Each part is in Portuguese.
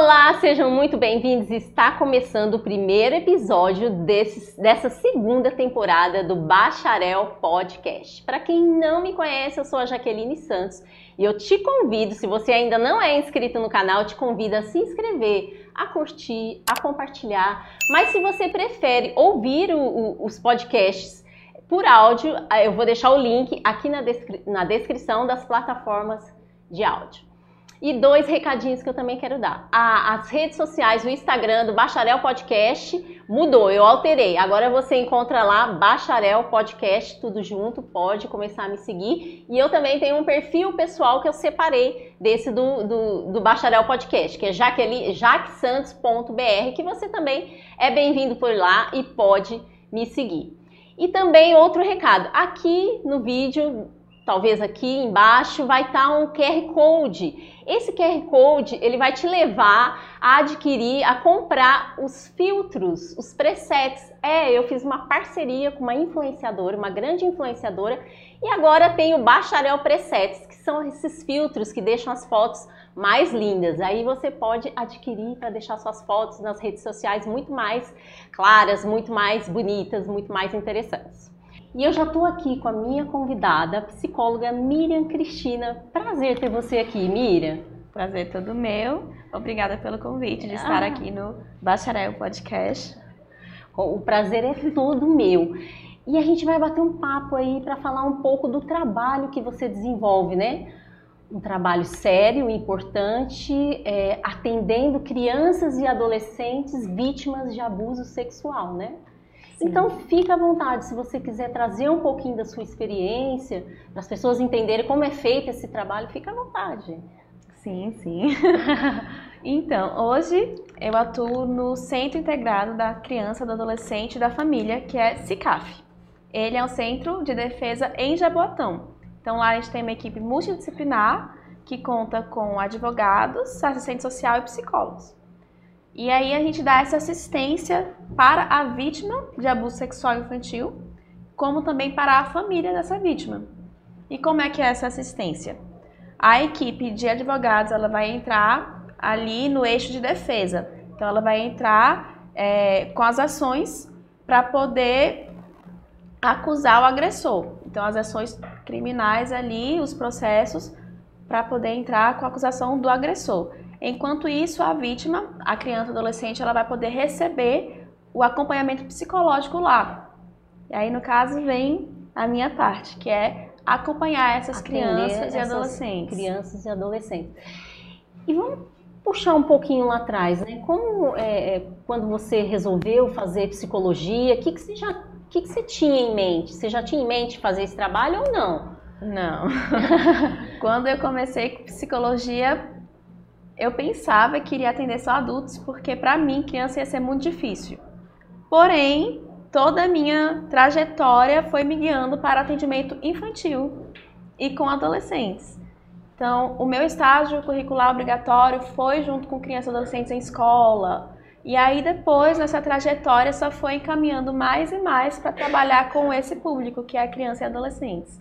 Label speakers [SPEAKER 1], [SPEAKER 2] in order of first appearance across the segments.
[SPEAKER 1] Olá, sejam muito bem-vindos. Está começando o primeiro episódio dessa segunda temporada do Bacharel Podcast. Para quem não me conhece, eu sou a Jaqueline Santos e eu te convido, se você ainda não é inscrito no canal, eu te convido a se inscrever, a curtir, a compartilhar. Mas se você prefere ouvir os podcasts por áudio, eu vou deixar o link aqui na descrição das plataformas de áudio. E dois recadinhos que eu também quero dar. As redes sociais, o Instagram do Bacharel Podcast mudou, eu alterei. Agora você encontra lá Bacharel Podcast, tudo junto, pode começar a me seguir. E eu também tenho um perfil pessoal que eu separei desse do Bacharel Podcast, que é jaquesantos.br, que você também é bem-vindo por lá e pode me seguir. E também outro recado, aqui no vídeo, talvez aqui embaixo, vai estar um QR Code. Esse QR Code, ele vai te levar a adquirir, a comprar os filtros, os presets. Eu fiz uma parceria com uma influenciadora, uma grande influenciadora, e agora tem o Bacharel Presets, que são esses filtros que deixam as fotos mais lindas. Aí você pode adquirir para deixar suas fotos nas redes sociais muito mais claras, muito mais bonitas, muito mais interessantes. E eu já estou aqui com a minha convidada, a psicóloga Miriam Cristina. Prazer ter você aqui, Miriam.
[SPEAKER 2] Prazer todo meu. Obrigada pelo convite de estar aqui no Bacharel Podcast.
[SPEAKER 1] O prazer é todo meu. E a gente vai bater um papo aí para falar um pouco do trabalho que você desenvolve, né? Um trabalho sério, importante, atendendo crianças e adolescentes vítimas de abuso sexual, né? Sim. Então fica à vontade, se você quiser trazer um pouquinho da sua experiência, para as pessoas entenderem como é feito esse trabalho, fica à vontade.
[SPEAKER 2] Sim. Então, hoje eu atuo no Centro Integrado da Criança, do Adolescente e da Família, que é CICAF. Ele é um centro de defesa em Jaboatão. Então lá a gente tem uma equipe multidisciplinar que conta com advogados, assistente social e psicólogos. E aí a gente dá essa assistência para a vítima de abuso sexual infantil, como também para a família dessa vítima. E como é que é essa assistência? A equipe de advogados ela vai entrar ali no eixo de defesa. Então ela vai entrar com as ações para poder acusar o agressor. Então as ações criminais ali, os processos, para poder entrar com a acusação do agressor. Enquanto isso, a vítima, a criança, adolescente, ela vai poder receber o acompanhamento psicológico lá. E aí, no caso, vem a minha parte, que é acompanhar essas crianças e adolescentes.
[SPEAKER 1] Crianças e adolescentes. E vamos puxar um pouquinho lá atrás, né? Como, quando você resolveu fazer psicologia, o que você tinha em mente? Você já tinha em mente fazer esse trabalho ou não?
[SPEAKER 2] Não. Quando eu comecei com psicologia, eu pensava que iria atender só adultos, porque para mim criança ia ser muito difícil. Porém, toda a minha trajetória foi me guiando para atendimento infantil e com adolescentes. Então, o meu estágio curricular obrigatório foi junto com crianças e adolescentes em escola. E aí depois, nessa trajetória, só foi encaminhando mais e mais para trabalhar com esse público, que é a criança e adolescentes.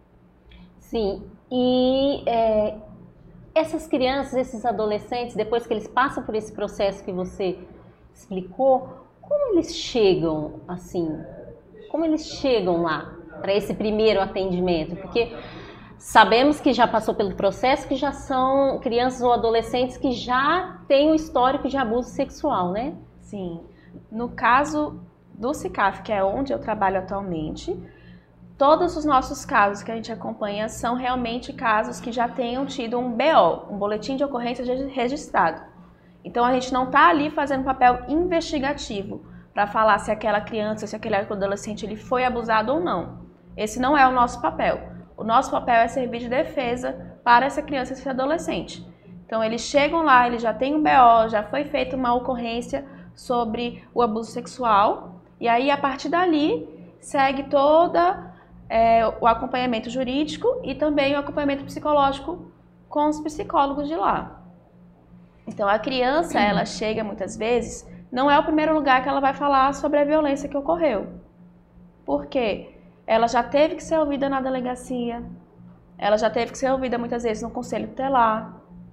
[SPEAKER 1] Sim, e essas crianças, esses adolescentes, depois que eles passam por esse processo que você explicou, como eles chegam assim? Como eles chegam lá para esse primeiro atendimento? Porque sabemos que já passou pelo processo, que já são crianças ou adolescentes que já têm um histórico de abuso sexual, né?
[SPEAKER 2] Sim. No caso do CICAF, que é onde eu trabalho atualmente, todos os nossos casos que a gente acompanha são realmente casos que já tenham tido um BO, um boletim de ocorrência registrado. Então a gente não está ali fazendo papel investigativo para falar se aquela criança, se aquele adolescente ele foi abusado ou não. Esse não é o nosso papel. O nosso papel é servir de defesa para essa criança e esse adolescente. Então eles chegam lá, eles já têm um BO, já foi feita uma ocorrência sobre o abuso sexual, e aí a partir dali segue toda o acompanhamento jurídico e também o acompanhamento psicológico com os psicólogos de lá. Então a criança, ela chega muitas vezes, não é o primeiro lugar que ela vai falar sobre a violência que ocorreu. Por quê? Ela já teve que ser ouvida na delegacia, ela já teve que ser ouvida muitas vezes no conselho tutelar.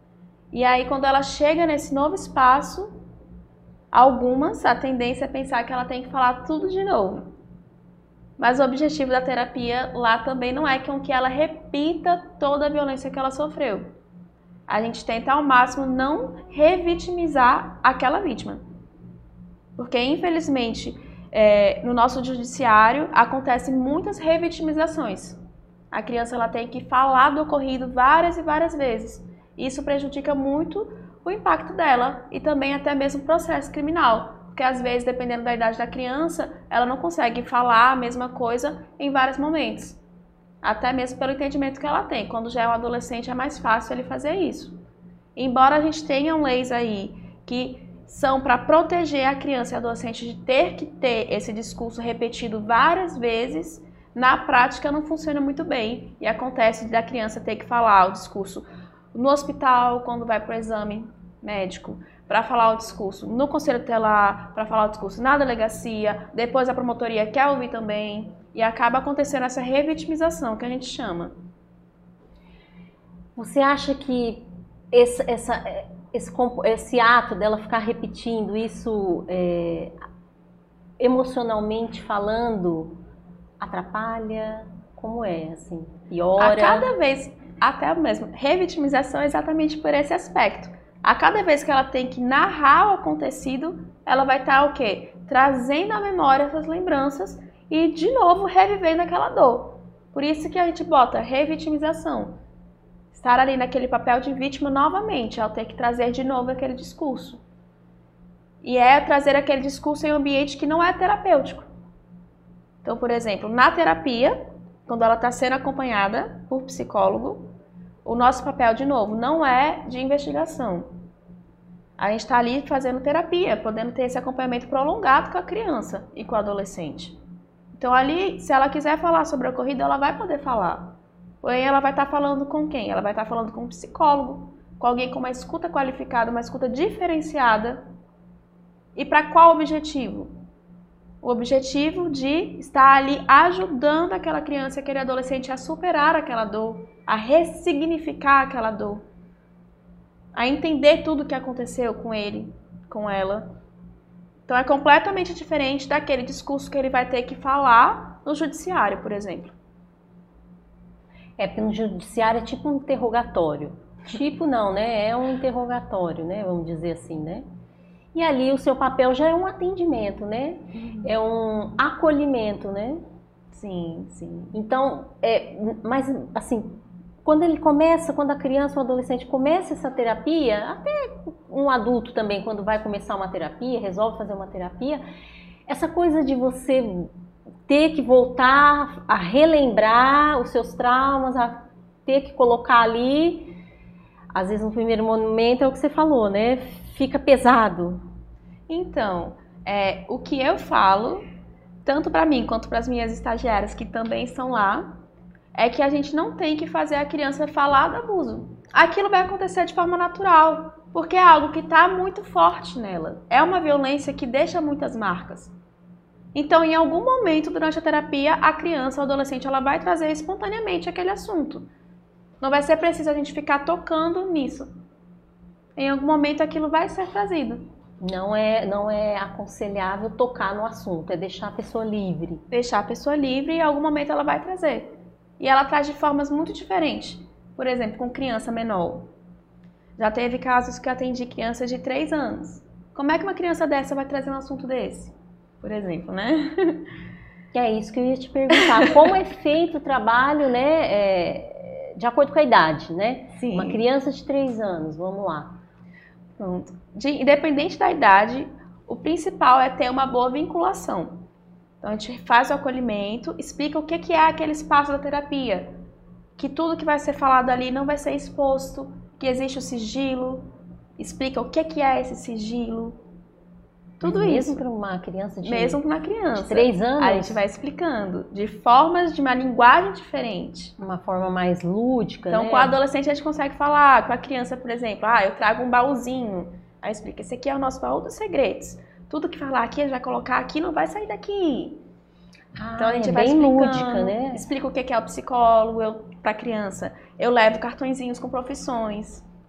[SPEAKER 2] E aí, quando ela chega nesse novo espaço, a tendência é pensar que ela tem que falar tudo de novo. Mas o objetivo da terapia lá também não é que ela repita toda a violência que ela sofreu. A gente tenta ao máximo não revitimizar aquela vítima. Porque, infelizmente, no nosso judiciário acontecem muitas revitimizações. A criança ela tem que falar do ocorrido várias e várias vezes. Isso prejudica muito o impacto dela e também até mesmo o processo criminal. Porque às vezes, dependendo da idade da criança, ela não consegue falar a mesma coisa em vários momentos. Até mesmo pelo entendimento que ela tem. Quando já é um adolescente é mais fácil ele fazer isso. Embora a gente tenha leis aí que são para proteger a criança e adolescente de ter que ter esse discurso repetido várias vezes, na prática não funciona muito bem. E acontece da criança ter que falar o discurso no hospital, quando vai para o exame médico, para falar o discurso no conselho tutelar, para falar o discurso na delegacia, depois a promotoria quer ouvir também, e acaba acontecendo essa revitimização que a gente chama.
[SPEAKER 1] Você acha que esse ato dela ficar repetindo isso, emocionalmente falando, atrapalha? Como é, assim? Piora?
[SPEAKER 2] A cada vez, até mesmo, revitimização é exatamente por esse aspecto. A cada vez que ela tem que narrar o acontecido, ela vai estar o quê? Trazendo à memória essas lembranças e, de novo, revivendo aquela dor. Por isso que a gente bota revitimização. Estar ali naquele papel de vítima novamente, ao ter que trazer de novo aquele discurso. E é trazer aquele discurso em um ambiente que não é terapêutico. Então, por exemplo, na terapia, quando ela está sendo acompanhada por psicólogo, o nosso papel, de novo, não é de investigação. A gente está ali fazendo terapia, podendo ter esse acompanhamento prolongado com a criança e com o adolescente. Então, ali, se ela quiser falar sobre a ocorrido, ela vai poder falar. Porém, ela vai estar falando com quem? Ela vai estar falando com um psicólogo, com alguém com uma escuta qualificada, uma escuta diferenciada. E para qual objetivo? O objetivo de estar ali ajudando aquela criança, aquele adolescente a superar aquela dor, a ressignificar aquela dor, a entender tudo o que aconteceu com ele, com ela. Então é completamente diferente daquele discurso que ele vai ter que falar no judiciário, por exemplo.
[SPEAKER 1] Porque no judiciário é tipo um interrogatório. Tipo não, né? É um interrogatório, né? Vamos dizer assim, né? E ali o seu papel já é um atendimento, né? É um acolhimento, né?
[SPEAKER 2] Sim, sim.
[SPEAKER 1] Então, mas assim, quando a criança ou adolescente começa essa terapia, até um adulto também, quando vai começar uma terapia, resolve fazer uma terapia, essa coisa de você ter que voltar a relembrar os seus traumas, a ter que colocar ali, às vezes no primeiro momento é o que você falou, né? Fica pesado.
[SPEAKER 2] Então, o que eu falo, tanto para mim quanto para as minhas estagiárias que também estão lá, é que a gente não tem que fazer a criança falar do abuso. Aquilo vai acontecer de forma natural, porque é algo que está muito forte nela. É uma violência que deixa muitas marcas. Então, em algum momento durante a terapia, a criança ou adolescente ela vai trazer espontaneamente aquele assunto. Não vai ser preciso a gente ficar tocando nisso. Em algum momento aquilo vai ser trazido.
[SPEAKER 1] Não é aconselhável tocar no assunto, é deixar a pessoa livre.
[SPEAKER 2] Deixar a pessoa livre e em algum momento ela vai trazer. E ela traz de formas muito diferentes. Por exemplo, com criança menor. Já teve casos que eu atendi crianças de 3 anos. Como é que uma criança dessa vai trazer um assunto desse? Por exemplo, né?
[SPEAKER 1] É isso que eu ia te perguntar. Como é feito o trabalho, né? De acordo com a idade, né?
[SPEAKER 2] Sim.
[SPEAKER 1] Uma criança de 3 anos, vamos lá.
[SPEAKER 2] Pronto. Independente da idade, o principal é ter uma boa vinculação. Então a gente faz o acolhimento, explica o que é aquele espaço da terapia, que tudo que vai ser falado ali não vai ser exposto, que existe o sigilo, explica o que é esse sigilo. Tudo
[SPEAKER 1] mesmo
[SPEAKER 2] isso.
[SPEAKER 1] Mesmo para uma criança de
[SPEAKER 2] 3
[SPEAKER 1] anos?
[SPEAKER 2] A gente vai explicando de formas, de uma linguagem diferente.
[SPEAKER 1] Uma forma mais lúdica,
[SPEAKER 2] então,
[SPEAKER 1] né?
[SPEAKER 2] Com o adolescente a gente consegue falar, com a criança, por exemplo, eu trago um baúzinho. Aí explica, esse aqui é o nosso baú dos segredos. Tudo que falar aqui, a gente vai colocar aqui, não vai sair daqui. Então a gente vai
[SPEAKER 1] bem
[SPEAKER 2] explicando,
[SPEAKER 1] lúdica, né?
[SPEAKER 2] Explica o que é o psicólogo para a criança. Eu levo cartõezinhos com profissões.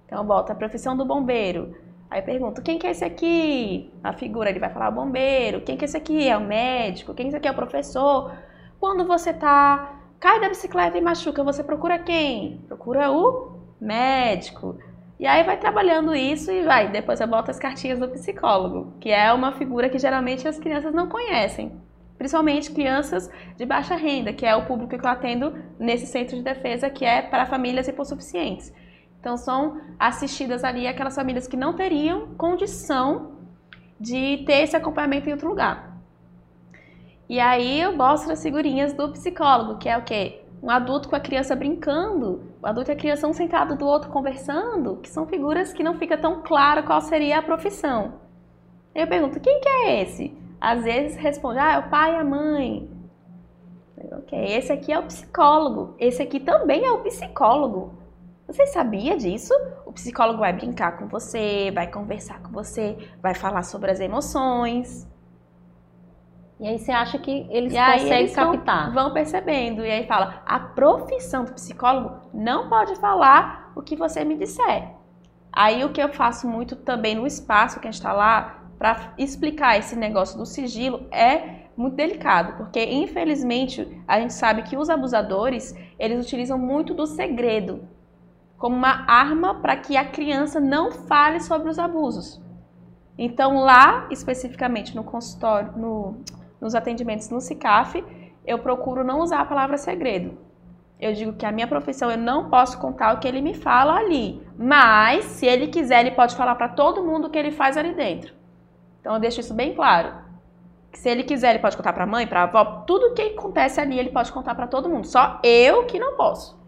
[SPEAKER 2] Então, eu boto a profissão do bombeiro. Aí eu pergunto, quem que é esse aqui? A figura, ele vai falar o bombeiro. Quem que é esse aqui? É o médico. Quem que é esse aqui? É o professor. Quando você cai da bicicleta e machuca, você procura quem? Procura o médico. E aí vai trabalhando isso e depois eu boto as cartinhas do psicólogo, que é uma figura que geralmente as crianças não conhecem. Principalmente crianças de baixa renda, que é o público que eu atendo nesse centro de defesa, que é para famílias hipossuficientes. Então são assistidas ali aquelas famílias que não teriam condição de ter esse acompanhamento em outro lugar. E aí eu mostro as figurinhas do psicólogo, que é o quê? Um adulto com a criança brincando, o adulto e a criança um sentado do outro conversando, que são figuras que não fica tão claro qual seria a profissão. Eu pergunto, quem que é esse? Às vezes responde, é o pai e a mãe. Ok, esse aqui é o psicólogo, esse aqui também é o psicólogo. Você sabia disso? O psicólogo vai brincar com você, vai conversar com você, vai falar sobre as emoções.
[SPEAKER 1] E aí você acha que eles conseguem captar?
[SPEAKER 2] Vão percebendo. E aí fala, a profissão do psicólogo não pode falar o que você me disser. Aí o que eu faço muito também no espaço que a gente está lá, para explicar esse negócio do sigilo, é muito delicado. Porque, infelizmente, a gente sabe que os abusadores, eles utilizam muito do segredo como uma arma para que a criança não fale sobre os abusos. Então, lá, especificamente no consultório, nos atendimentos no CICAF, eu procuro não usar a palavra segredo. Eu digo que a minha profissão, eu não posso contar o que ele me fala ali. Mas, se ele quiser, ele pode falar para todo mundo o que ele faz ali dentro. Então, eu deixo isso bem claro. Que se ele quiser, ele pode contar para a mãe, para a avó. Tudo o que acontece ali, ele pode contar para todo mundo. Só eu que não posso.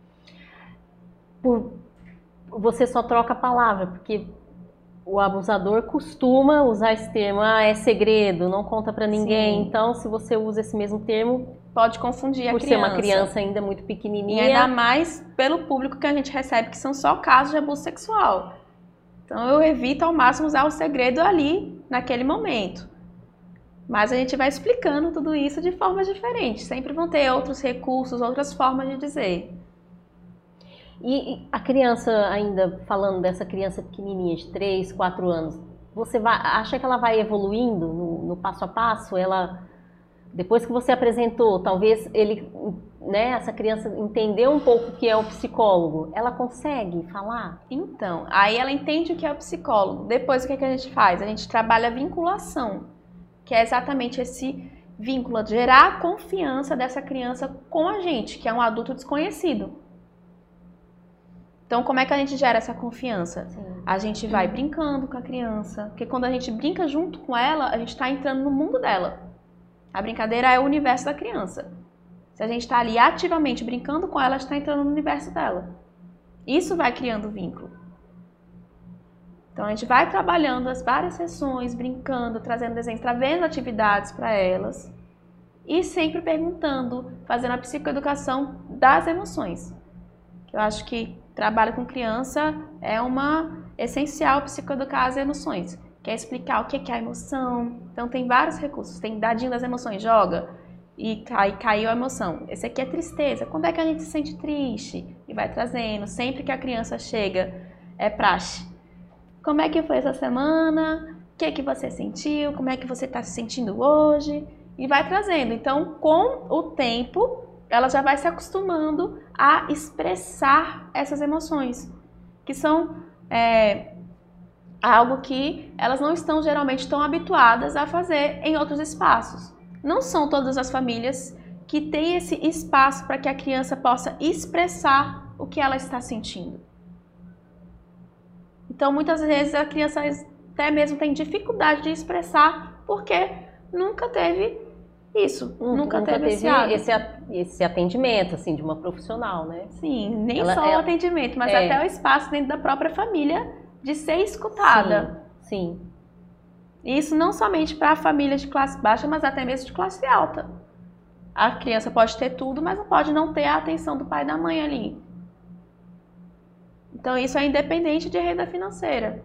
[SPEAKER 1] Você só troca a palavra, porque o abusador costuma usar esse termo, é segredo, não conta pra ninguém. Sim. Então, se você usa esse mesmo termo,
[SPEAKER 2] pode confundir a criança.
[SPEAKER 1] Por ser uma criança ainda muito pequenininha.
[SPEAKER 2] E ainda mais pelo público que a gente recebe, que são só casos de abuso sexual. Então, eu evito ao máximo usar o segredo ali, naquele momento. Mas a gente vai explicando tudo isso de formas diferentes. Sempre vão ter outros recursos, outras formas de dizer.
[SPEAKER 1] E a criança, ainda falando dessa criança pequenininha de 3, 4 anos, você acha que ela vai evoluindo no passo a passo? Ela, depois que você apresentou, talvez essa criança entendeu um pouco o que é o psicólogo, ela consegue falar?
[SPEAKER 2] Então, aí ela entende o que é o psicólogo. Depois o que a gente faz? A gente trabalha a vinculação, que é exatamente esse vínculo, de gerar a confiança dessa criança com a gente, que é um adulto desconhecido. Então, como é que a gente gera essa confiança? Sim. A gente vai brincando com a criança, porque quando a gente brinca junto com ela, a gente está entrando no mundo dela. A brincadeira é o universo da criança. Se a gente está ali ativamente brincando com ela, a gente está entrando no universo dela. Isso vai criando vínculo. Então, a gente vai trabalhando as várias sessões, brincando, trazendo desenhos, trazendo atividades para elas e sempre perguntando, fazendo a psicoeducação das emoções. Eu acho que trabalho com criança é essencial psicoeducar as emoções, que é explicar o que é a emoção. Então tem vários recursos, tem dadinho das emoções, joga e caiu a emoção. Esse aqui é tristeza, quando é que a gente se sente triste? E vai trazendo, sempre que a criança chega, é praxe. Como é que foi essa semana? O que você sentiu? Como é que você está se sentindo hoje? E vai trazendo. Então, com o tempo, ela já vai se acostumando a expressar essas emoções, que são algo que elas não estão geralmente tão habituadas a fazer em outros espaços. Não são todas as famílias que têm esse espaço para que a criança possa expressar o que ela está sentindo. Então, muitas vezes a criança até mesmo tem dificuldade de expressar porque nunca teve isso, nunca teve
[SPEAKER 1] esse atendimento, assim, de uma profissional, né?
[SPEAKER 2] Sim, nem só o atendimento, mas até o espaço dentro da própria família de ser escutada.
[SPEAKER 1] Sim.
[SPEAKER 2] E isso não somente para a família de classe baixa, mas até mesmo de classe alta. A criança pode ter tudo, mas não pode não ter a atenção do pai e da mãe ali. Então isso é independente de renda financeira.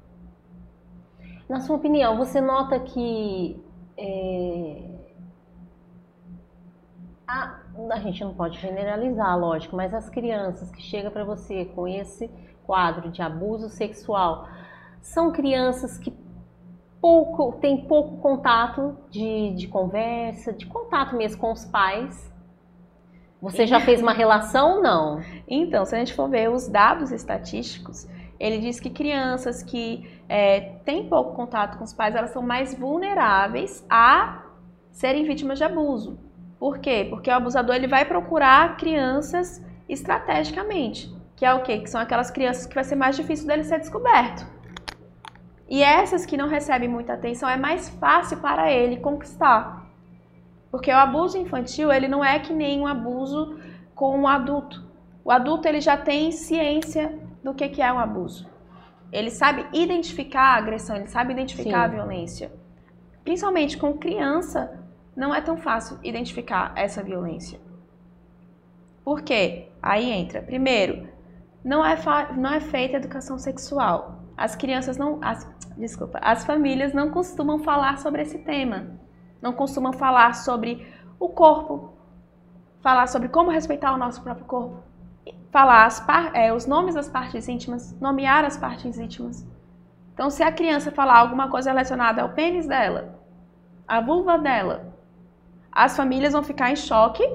[SPEAKER 1] Na sua opinião, você nota que a gente não pode generalizar, lógico, mas as crianças que chegam para você com esse quadro de abuso sexual são crianças que têm pouco contato de conversa, de contato mesmo com os pais. Você já fez uma relação ou não?
[SPEAKER 2] Então, se a gente for ver os dados estatísticos, ele diz que crianças que têm pouco contato com os pais, elas são mais vulneráveis a serem vítimas de abuso. Por quê? Porque o abusador ele vai procurar crianças estrategicamente, que é o quê? Que são aquelas crianças que vai ser mais difícil dele ser descoberto. E essas que não recebem muita atenção é mais fácil para ele conquistar. Porque o abuso infantil, ele não é que nem um abuso com um adulto. O adulto, ele já tem ciência do que é um abuso. Ele sabe identificar a agressão, ele sabe identificar a violência. Principalmente com criança, não é tão fácil identificar essa violência. Por quê? Aí entra, primeiro, não é feita educação sexual. As famílias não costumam falar sobre esse tema. Não costumam falar sobre o corpo, falar sobre como respeitar o nosso próprio corpo, falar os nomes das partes íntimas, nomear as partes íntimas. Então, se a criança falar alguma coisa relacionada ao pênis dela, à vulva dela, as famílias vão ficar em choque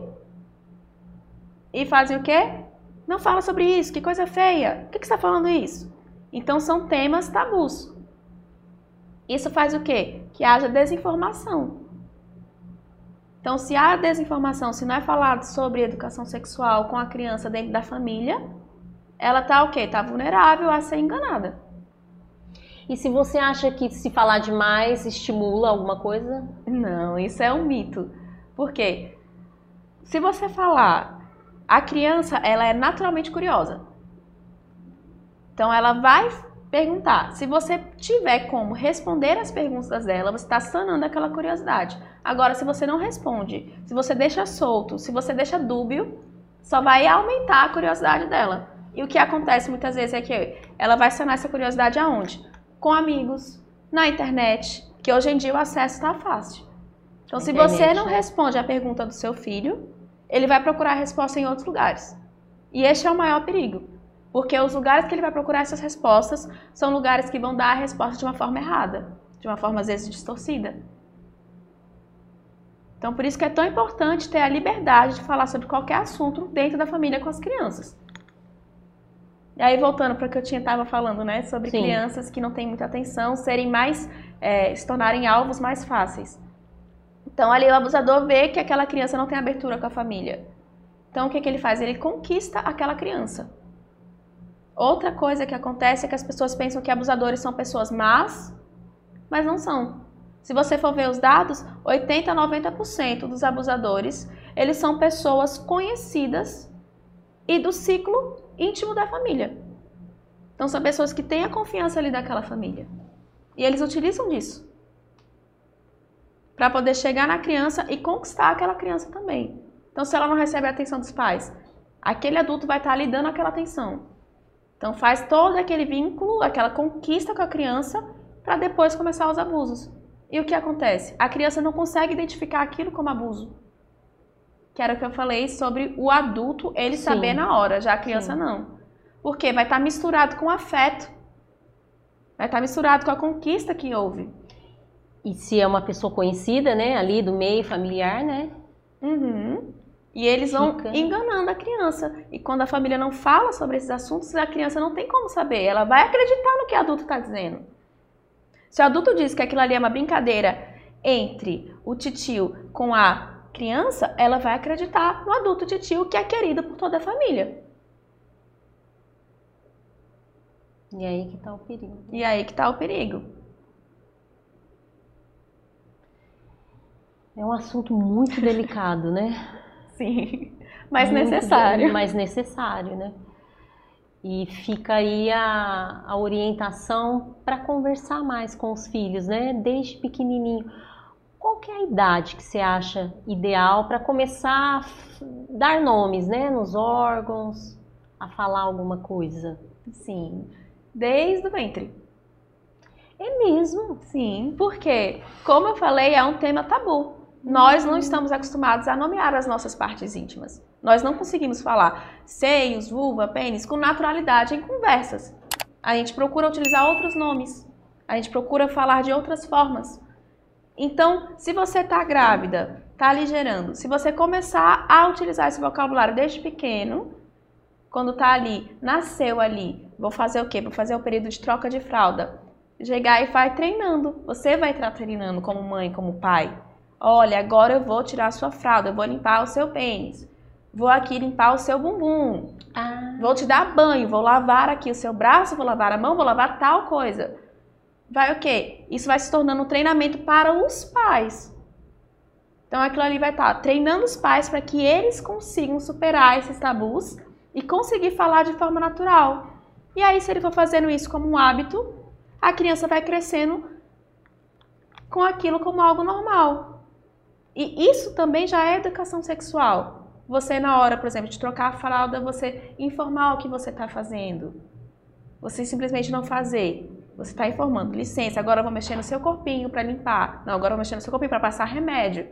[SPEAKER 2] e fazem o quê? Não fala sobre isso, que coisa feia. Por que você está falando isso? Então, são temas tabus. Isso faz o quê? Que haja desinformação. Então, se há desinformação, se não é falado sobre educação sexual com a criança dentro da família, ela tá o quê? Tá vulnerável a ser enganada.
[SPEAKER 1] E se você acha que se falar demais estimula alguma coisa?
[SPEAKER 2] Não, isso é um mito. Por quê? Se você falar, a criança, ela é naturalmente curiosa. Então, ela vai perguntar. Se você tiver como responder as perguntas dela, você está sanando aquela curiosidade. Agora, se você não responde, se você deixa solto, se você deixa dúbio, só vai aumentar a curiosidade dela. E o que acontece muitas vezes é que ela vai sanar essa curiosidade aonde? Com amigos, na internet, que hoje em dia o acesso está fácil. Então, se você não responde a pergunta do seu filho, ele vai procurar a resposta em outros lugares. E este é o maior perigo. Porque os lugares que ele vai procurar essas respostas são lugares que vão dar a resposta de uma forma errada, de uma forma às vezes distorcida. Então, por isso que é tão importante ter a liberdade de falar sobre qualquer assunto dentro da família com as crianças. E aí, voltando para o que eu estava falando, né, sobre crianças que não têm muita atenção, se tornarem alvos mais fáceis. Então, ali o abusador vê que aquela criança não tem abertura com a família. Então, o que ele faz? Ele conquista aquela criança. Outra coisa que acontece é que as pessoas pensam que abusadores são pessoas más, mas não são. Se você for ver os dados, 80% a 90% dos abusadores, eles são pessoas conhecidas e do ciclo íntimo da família. Então são pessoas que têm a confiança ali daquela família. E eles utilizam disso para poder chegar na criança e conquistar aquela criança também. Então se ela não recebe a atenção dos pais, aquele adulto vai estar ali dando aquela atenção. Então faz todo aquele vínculo, aquela conquista com a criança para depois começar os abusos. E o que acontece? A criança não consegue identificar aquilo como abuso. Que era o que eu falei sobre o adulto, ele saber na hora, já a criança não. Porque vai estar misturado com o afeto. Vai estar misturado com a conquista que houve.
[SPEAKER 1] E se é uma pessoa conhecida, né, ali do meio familiar, né?
[SPEAKER 2] E eles vão enganando a criança. E quando a família não fala sobre esses assuntos, a criança não tem como saber. Ela vai acreditar no que o adulto está dizendo. Se o adulto diz que aquilo ali é uma brincadeira entre o titio com a criança, ela vai acreditar no adulto titio que é querido por toda a família.
[SPEAKER 1] E aí que está o perigo.
[SPEAKER 2] E aí que está o perigo.
[SPEAKER 1] É um assunto muito delicado, né?
[SPEAKER 2] Sim, mas necessário.
[SPEAKER 1] Mais necessário, né? E fica aí a orientação para conversar mais com os filhos, né? Desde pequenininho. Qual que é a idade que você acha ideal para começar a dar nomes, né? Nos órgãos, a falar alguma coisa?
[SPEAKER 2] Sim, desde o ventre.
[SPEAKER 1] É mesmo?
[SPEAKER 2] Sim, porque, como eu falei, é um tema tabu. Nós não estamos acostumados a nomear as nossas partes íntimas. Nós não conseguimos falar seios, vulva, pênis com naturalidade em conversas. A gente procura utilizar outros nomes. A gente procura falar de outras formas. Então, se você está grávida, está ali gerando, se você começar a utilizar esse vocabulário desde pequeno, quando está ali, nasceu ali, vou fazer o quê? Vou fazer o período de troca de fralda. Chegar e vai treinando. Você vai estar treinando como mãe, como pai. Olha, agora eu vou tirar a sua fralda, eu vou limpar o seu pênis. Vou aqui limpar o seu bumbum. Vou te dar banho, vou lavar aqui o seu braço, vou lavar a mão, vou lavar tal coisa. Vai o quê? Isso vai se tornando um treinamento para os pais. Então aquilo ali vai estar treinando os pais para que eles consigam superar esses tabus e conseguir falar de forma natural. E aí, se ele for fazendo isso como um hábito, a criança vai crescendo com aquilo como algo normal. E isso também já é educação sexual. Você, na hora, por exemplo, de trocar a fralda, você informar o que você está fazendo. Você simplesmente não fazer. Você está informando, licença, agora eu vou mexer no seu corpinho para limpar. Não, agora eu vou mexer no seu corpinho para passar remédio.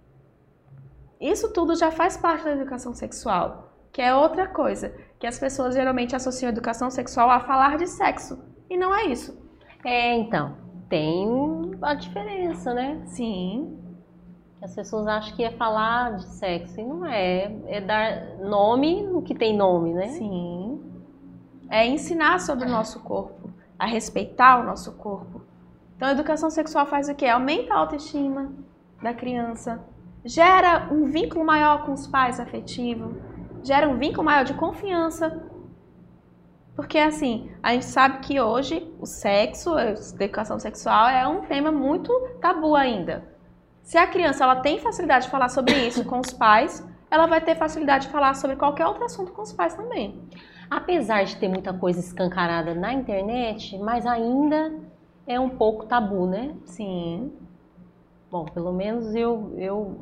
[SPEAKER 2] Isso tudo já faz parte da educação sexual, que é outra coisa, que as pessoas geralmente associam a educação sexual a falar de sexo. E não é isso.
[SPEAKER 1] Então, tem a diferença, né?
[SPEAKER 2] Sim.
[SPEAKER 1] As pessoas acham que é falar de sexo, e não é. É dar nome no que tem nome, né?
[SPEAKER 2] Sim. É ensinar sobre o nosso corpo, a respeitar o nosso corpo. Então, a educação sexual faz o quê? Aumenta a autoestima da criança, gera um vínculo maior com os pais afetivo, gera um vínculo maior de confiança. Porque, assim, a gente sabe que hoje o sexo, a educação sexual é um tema muito tabu ainda. Se a criança ela tem facilidade de falar sobre isso com os pais, ela vai ter facilidade de falar sobre qualquer outro assunto com os pais também.
[SPEAKER 1] Apesar de ter muita coisa escancarada na internet, mas ainda é um pouco tabu, né?
[SPEAKER 2] Sim.
[SPEAKER 1] Bom, pelo menos eu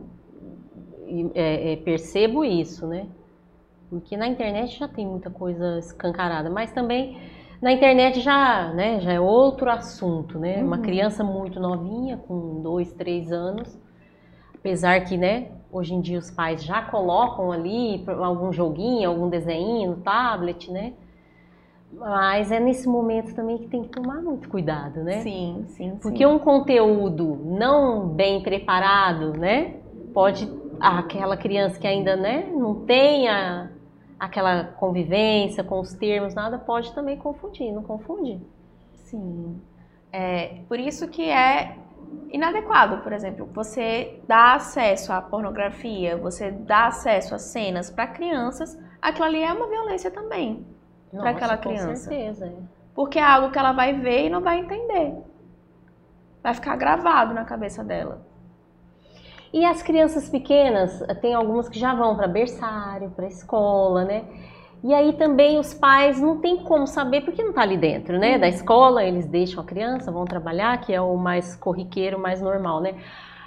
[SPEAKER 1] percebo isso, né? Porque na internet já tem muita coisa escancarada, mas também na internet já é outro assunto, né? Uma criança muito novinha, com 2, 3 anos, apesar que, né, hoje em dia os pais já colocam ali algum joguinho, algum desenho no tablet, né? Mas é nesse momento também que tem que tomar muito cuidado, né?
[SPEAKER 2] Sim, sim.
[SPEAKER 1] Porque um conteúdo não bem preparado, né? Pode, aquela criança que ainda, né, não tem aquela convivência com os termos, nada, pode também confundir, não confunde?
[SPEAKER 2] Sim. Por isso que é inadequado, por exemplo, você dá acesso à pornografia, você dá acesso a cenas para crianças, aquilo ali é uma violência também para aquela criança.
[SPEAKER 1] Com certeza.
[SPEAKER 2] Porque é algo que ela vai ver e não vai entender. Vai ficar gravado na cabeça dela.
[SPEAKER 1] E as crianças pequenas, tem algumas que já vão para berçário, para escola, né? E aí também os pais não tem como saber porque não tá ali dentro, né? Da escola, eles deixam a criança, vão trabalhar, que é o mais corriqueiro, mais normal, né?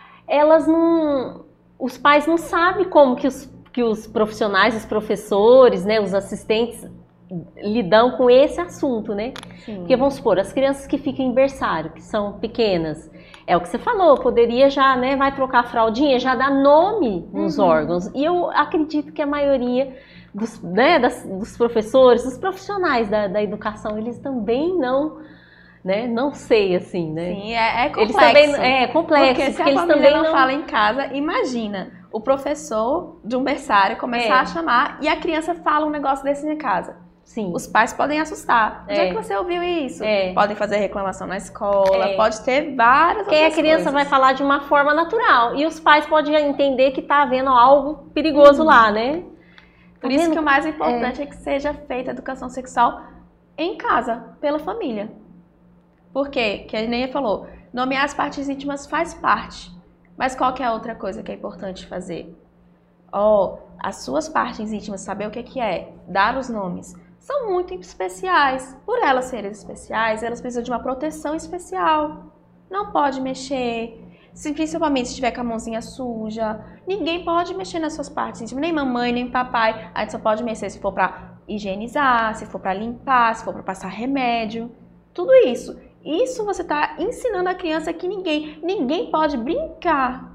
[SPEAKER 1] Os pais não sabem como que os profissionais, os professores, né, os assistentes lidam com esse assunto, né?
[SPEAKER 2] Sim.
[SPEAKER 1] Porque vamos supor, as crianças que ficam em berçário, que são pequenas, é o que você falou, poderia já, né, vai trocar a fraldinha, já dá nome nos órgãos. E eu acredito que a maioria dos professores, dos profissionais da educação, eles também não sei, assim, né?
[SPEAKER 2] Sim, é complexo.
[SPEAKER 1] Eles também, é complexo.
[SPEAKER 2] Porque se a família não fala em casa, imagina o professor de um berçário começar a chamar e a criança fala um negócio desse em casa.
[SPEAKER 1] Sim.
[SPEAKER 2] Os pais podem assustar. Onde é que você ouviu isso? Podem fazer reclamação na escola, pode ter várias outras coisas.
[SPEAKER 1] Porque a criança vai falar de uma forma natural e os pais podem entender que está havendo algo perigoso lá, né?
[SPEAKER 2] Por isso que o mais importante é que seja feita a educação sexual em casa, pela família. Por quê? Que a Neia falou, nomear as partes íntimas faz parte. Mas qual que é a outra coisa que é importante fazer? As suas partes íntimas, saber o que é, dar os nomes, são muito especiais. Por elas serem especiais, elas precisam de uma proteção especial. Não pode mexer, principalmente se estiver com a mãozinha suja. Ninguém pode mexer nas suas partes íntimas, nem mamãe, nem papai. A gente só pode mexer se for para higienizar, se for para limpar, se for para passar remédio. Tudo isso. Isso você está ensinando a criança que ninguém pode brincar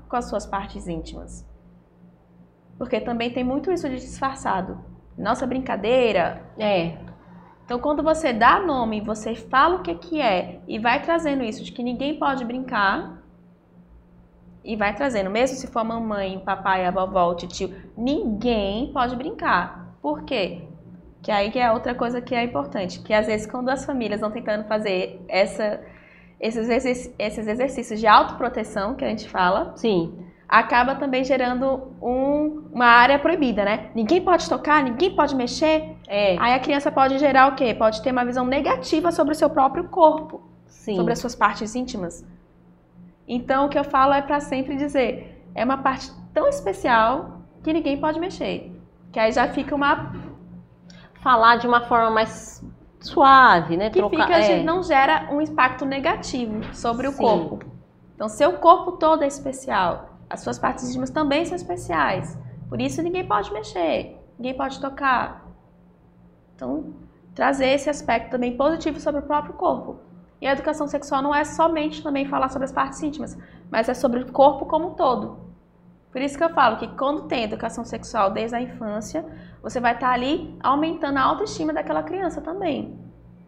[SPEAKER 2] com as suas partes íntimas. Porque também tem muito isso de disfarçado. Nossa, brincadeira. Então, quando você dá nome, você fala o que é e vai trazendo isso de que ninguém pode brincar, e vai trazendo, mesmo se for a mamãe, o papai, a vovó, o tio, ninguém pode brincar. Por quê? Que aí que é outra coisa que é importante, que às vezes quando as famílias estão tentando fazer esses exercícios de autoproteção, que a gente fala,
[SPEAKER 1] Sim.
[SPEAKER 2] acaba também gerando uma área proibida, né? Ninguém pode tocar, ninguém pode mexer. Aí a criança pode gerar o quê? Pode ter uma visão negativa sobre o seu próprio corpo,
[SPEAKER 1] Sim.
[SPEAKER 2] sobre as suas partes íntimas. Então, o que eu falo é para sempre dizer, é uma parte tão especial que ninguém pode mexer. Que aí já fica
[SPEAKER 1] falar de uma forma mais suave, né?
[SPEAKER 2] Que não gera um impacto negativo sobre o corpo. Então, seu corpo todo é especial. As suas partes íntimas também são especiais. Por isso, ninguém pode mexer, ninguém pode tocar. Então, trazer esse aspecto também positivo sobre o próprio corpo. E a educação sexual não é somente também falar sobre as partes íntimas, mas é sobre o corpo como um todo. Por isso que eu falo que quando tem educação sexual desde a infância, você vai estar ali aumentando a autoestima daquela criança também.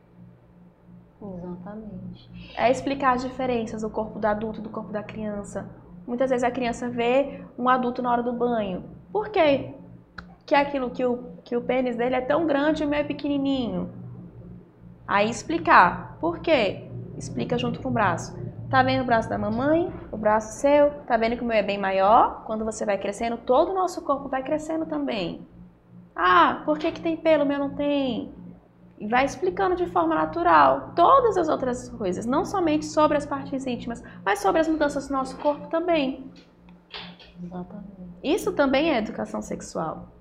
[SPEAKER 1] Exatamente.
[SPEAKER 2] É explicar as diferenças do corpo do adulto e do corpo da criança. Muitas vezes a criança vê um adulto na hora do banho. Por quê? Que é aquilo que o pênis dele é tão grande e o meu é pequenininho. Aí explicar. Por quê? Explica junto com o braço. Tá vendo o braço da mamãe? O braço seu? Tá vendo que o meu é bem maior? Quando você vai crescendo, todo o nosso corpo vai crescendo também. Ah, por que tem pelo, o meu não tem? E vai explicando de forma natural todas as outras coisas. Não somente sobre as partes íntimas, mas sobre as mudanças do nosso corpo também.
[SPEAKER 1] Exatamente.
[SPEAKER 2] Isso também é educação sexual.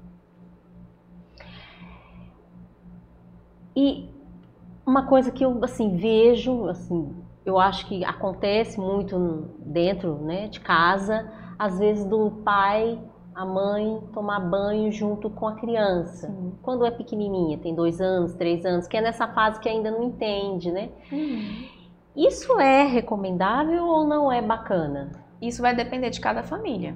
[SPEAKER 1] E uma coisa que eu vejo, eu acho que acontece muito dentro, né, de casa, às vezes do pai, a mãe tomar banho junto com a criança. Sim. Quando é pequenininha, tem 2 anos, 3 anos, que é nessa fase que ainda não entende, né? Isso é recomendável ou não é bacana?
[SPEAKER 2] Isso vai depender de cada família.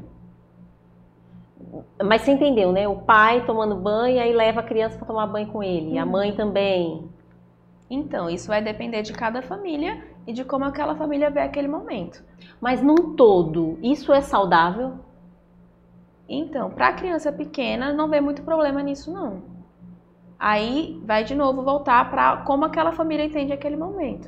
[SPEAKER 1] Mas você entendeu, né? O pai tomando banho, aí leva a criança para tomar banho com ele, a mãe também.
[SPEAKER 2] Então, isso vai depender de cada família e de como aquela família vê aquele momento.
[SPEAKER 1] Mas num todo, isso é saudável?
[SPEAKER 2] Então, para a criança pequena, não vê muito problema nisso, não. Aí, vai de novo voltar para como aquela família entende aquele momento.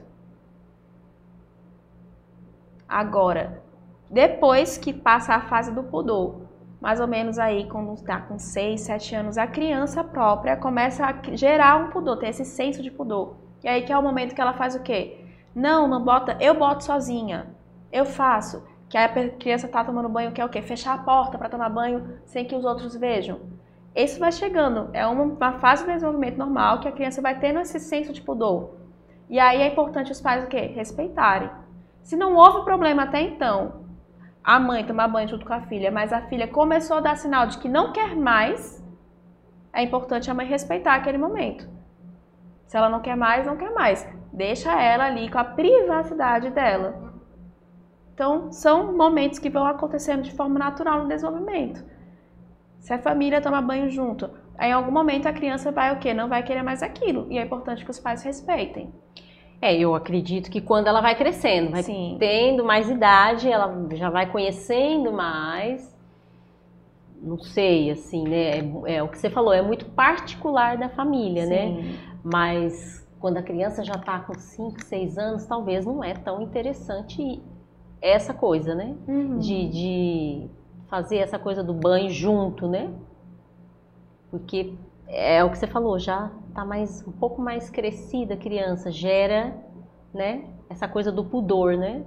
[SPEAKER 2] Agora, depois que passa a fase do pudor, mais ou menos aí, quando está com 6, 7 anos, a criança própria começa a gerar um pudor, ter esse senso de pudor. E aí que é o momento que ela faz o quê? Não bota, eu boto sozinha, eu faço. Que aí a criança tá tomando banho, quer o quê? Fechar a porta para tomar banho sem que os outros vejam. Isso vai chegando, é uma fase do desenvolvimento normal que a criança vai tendo esse senso de pudor. E aí é importante os pais o quê? Respeitarem. Se não houve problema até então, a mãe tomar banho junto com a filha, mas a filha começou a dar sinal de que não quer mais, é importante a mãe respeitar aquele momento. Se ela não quer mais, não quer mais. Deixa ela ali com a privacidade dela. Então, são momentos que vão acontecendo de forma natural no desenvolvimento. Se a família toma banho junto, em algum momento a criança vai o quê? Não vai querer mais aquilo. E é importante que os pais respeitem.
[SPEAKER 1] Eu acredito que quando ela vai crescendo, vai tendo mais idade, ela já vai conhecendo mais. Não sei, né? É o que você falou, é muito particular da família, né? Mas quando a criança já está com 5, 6 anos, talvez não é tão interessante essa coisa, né? De fazer essa coisa do banho junto, né? Porque é o que você falou, já tá um pouco mais crescida a criança, gera, né, essa coisa do pudor, né?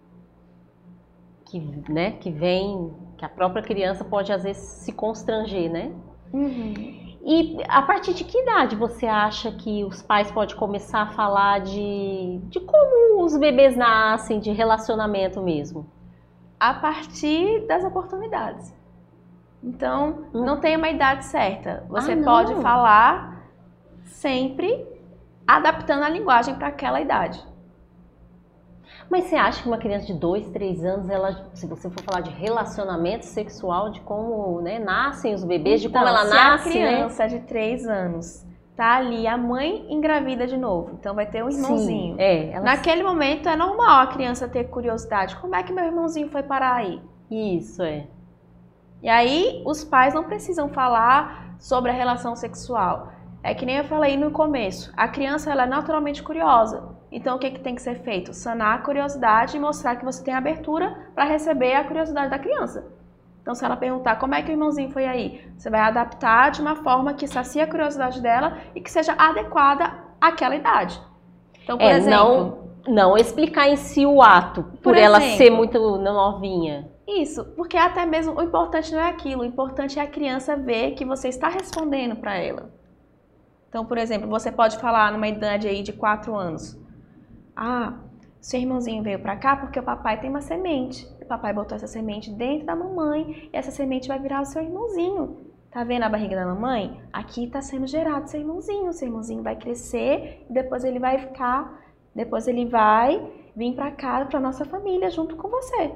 [SPEAKER 1] Que vem, que a própria criança pode às vezes se constranger, né? E a partir de que idade você acha que os pais podem começar a falar de como os bebês nascem, de relacionamento mesmo?
[SPEAKER 2] A partir das oportunidades. Então, não tem uma idade certa. Você pode falar sempre adaptando a linguagem para aquela idade.
[SPEAKER 1] Mas você acha que uma criança de 2, 3 anos, ela, se você for falar de relacionamento sexual, de como, né, nascem os bebês, de como ela nasce,
[SPEAKER 2] se a criança de 3 anos tá ali, a mãe engravida de novo, então vai ter um irmãozinho.
[SPEAKER 1] Sim,
[SPEAKER 2] Naquele momento é normal a criança ter curiosidade. Como é que meu irmãozinho foi parar aí?
[SPEAKER 1] Isso,
[SPEAKER 2] E aí os pais não precisam falar sobre a relação sexual. É que nem eu falei no começo, a criança ela é naturalmente curiosa. Então o que tem que ser feito? Sanar a curiosidade e mostrar que você tem abertura para receber a curiosidade da criança. Então se ela perguntar como é que o irmãozinho foi aí, você vai adaptar de uma forma que sacia a curiosidade dela e que seja adequada àquela idade. Então, por exemplo...
[SPEAKER 1] Não explicar em si o ato, por ela ser muito novinha.
[SPEAKER 2] Isso, porque até mesmo o importante não é aquilo, o importante é a criança ver que você está respondendo para ela. Então, por exemplo, você pode falar numa idade aí de 4 anos. Ah, seu irmãozinho veio para cá porque o papai tem uma semente. O papai botou essa semente dentro da mamãe e essa semente vai virar o seu irmãozinho. Tá vendo a barriga da mamãe? Aqui está sendo gerado seu irmãozinho. Seu irmãozinho vai crescer e depois ele vai ficar... Depois ele vai vir para cá, para nossa família, junto com você.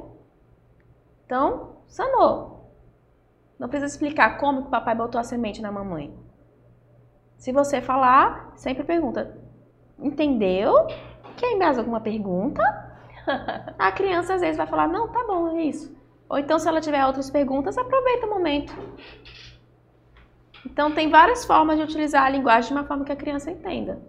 [SPEAKER 2] Então, sanou. Não precisa explicar como que o papai botou a semente na mamãe. Se você falar, sempre pergunta, entendeu? Quer mais alguma pergunta? A criança às vezes vai falar, não, tá bom, é isso. Ou então, se ela tiver outras perguntas, aproveita o momento. Então, tem várias formas de utilizar a linguagem de uma forma que a criança entenda.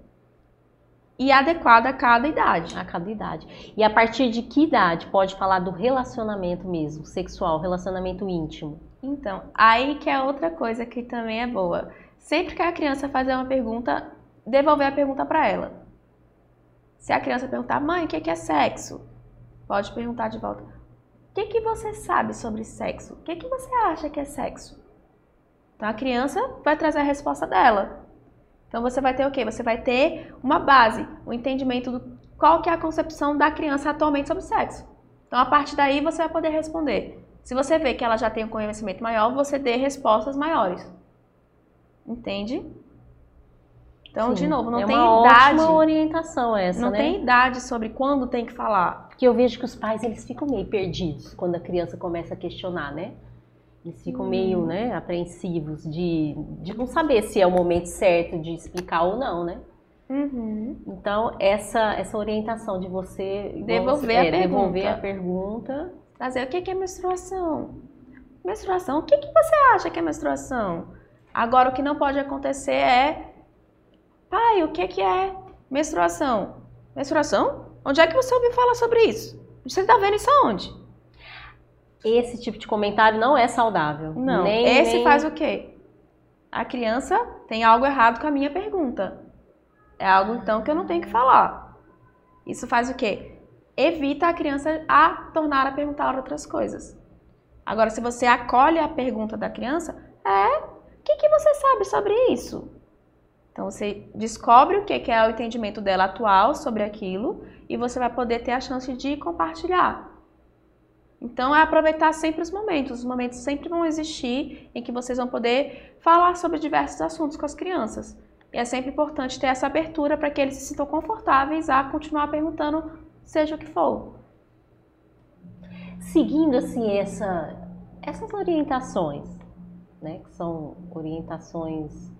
[SPEAKER 2] E adequada a cada idade.
[SPEAKER 1] A cada idade. E a partir de que idade pode falar do relacionamento mesmo, sexual, relacionamento íntimo?
[SPEAKER 2] Então, aí que é outra coisa que também é boa. Sempre que a criança fazer uma pergunta, devolver a pergunta para ela. Se a criança perguntar, mãe, o que é sexo? Pode perguntar de volta, o que você sabe sobre sexo? O que você acha que é sexo? Então, a criança vai trazer a resposta dela. Então, você vai ter o quê? Você vai ter uma base, um entendimento do qual que é a concepção da criança atualmente sobre sexo. Então, a partir daí, você vai poder responder. Se você vê que ela já tem um conhecimento maior, você dê respostas maiores. Entende? Então, de novo, não tem idade.
[SPEAKER 1] É uma orientação essa,
[SPEAKER 2] não tem idade sobre quando tem que falar.
[SPEAKER 1] Porque eu vejo que os pais, eles ficam meio perdidos quando a criança começa a questionar, né? Eles ficam meio, né, apreensivos de não saber se é o momento certo de explicar ou não, né? Então, essa orientação de você devolver a pergunta.
[SPEAKER 2] Trazer o que é menstruação? Menstruação, o que você acha que é menstruação? Agora, o que não pode acontecer é, pai, o que é menstruação? Menstruação? Onde é que você ouviu falar sobre isso? Você está vendo isso aonde?
[SPEAKER 1] Esse tipo de comentário não é saudável.
[SPEAKER 2] Não, esse faz o quê? A criança tem algo errado com a minha pergunta. É algo, então, que eu não tenho que falar. Isso faz o quê? Evita a criança a tornar a perguntar outras coisas. Agora, se você acolhe a pergunta da criança, o que você sabe sobre isso? Então, você descobre o que é o entendimento dela atual sobre aquilo e você vai poder ter a chance de compartilhar. Então, é aproveitar sempre os momentos. Os momentos sempre vão existir em que vocês vão poder falar sobre diversos assuntos com as crianças. E é sempre importante ter essa abertura para que eles se sintam confortáveis a continuar perguntando, seja o que for.
[SPEAKER 1] Seguindo, assim, essas orientações, né, que são orientações,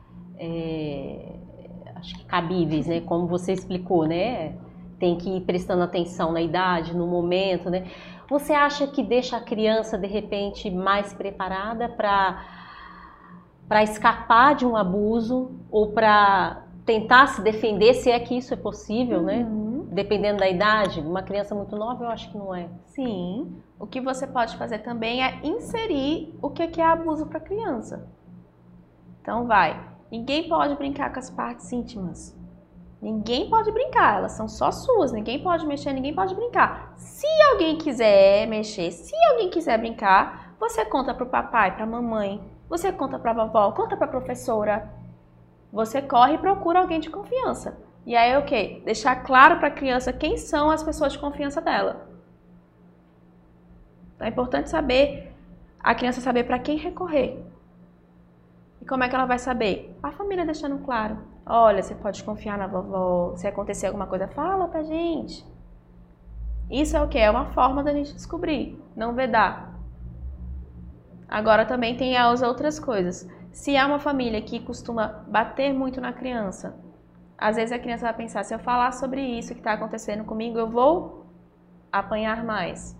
[SPEAKER 1] acho que cabíveis, né, como você explicou, né, tem que ir prestando atenção na idade, no momento, né. Você acha que deixa a criança, de repente, mais preparada para escapar de um abuso ou para tentar se defender, se é que isso é possível, né? Dependendo da idade, uma criança muito nova, eu acho que não é.
[SPEAKER 2] Sim. O que você pode fazer também é inserir o que é abuso para a criança. Então ninguém pode brincar com as partes íntimas. Ninguém pode brincar, elas são só suas, ninguém pode mexer, ninguém pode brincar. Se alguém quiser mexer, se alguém quiser brincar, você conta pro papai, pra mamãe, você conta pra vovó, conta pra professora. Você corre e procura alguém de confiança. E aí o quê? Deixar claro pra criança quem são as pessoas de confiança dela. Então é importante a criança saber pra quem recorrer. E como é que ela vai saber? A família deixando claro. Olha, você pode confiar na vovó. Se acontecer alguma coisa, fala pra gente. Isso é o quê? É uma forma da gente descobrir, não vedar. Agora também tem as outras coisas. Se é uma família que costuma bater muito na criança, às vezes a criança vai pensar, se eu falar sobre isso que está acontecendo comigo, eu vou apanhar mais.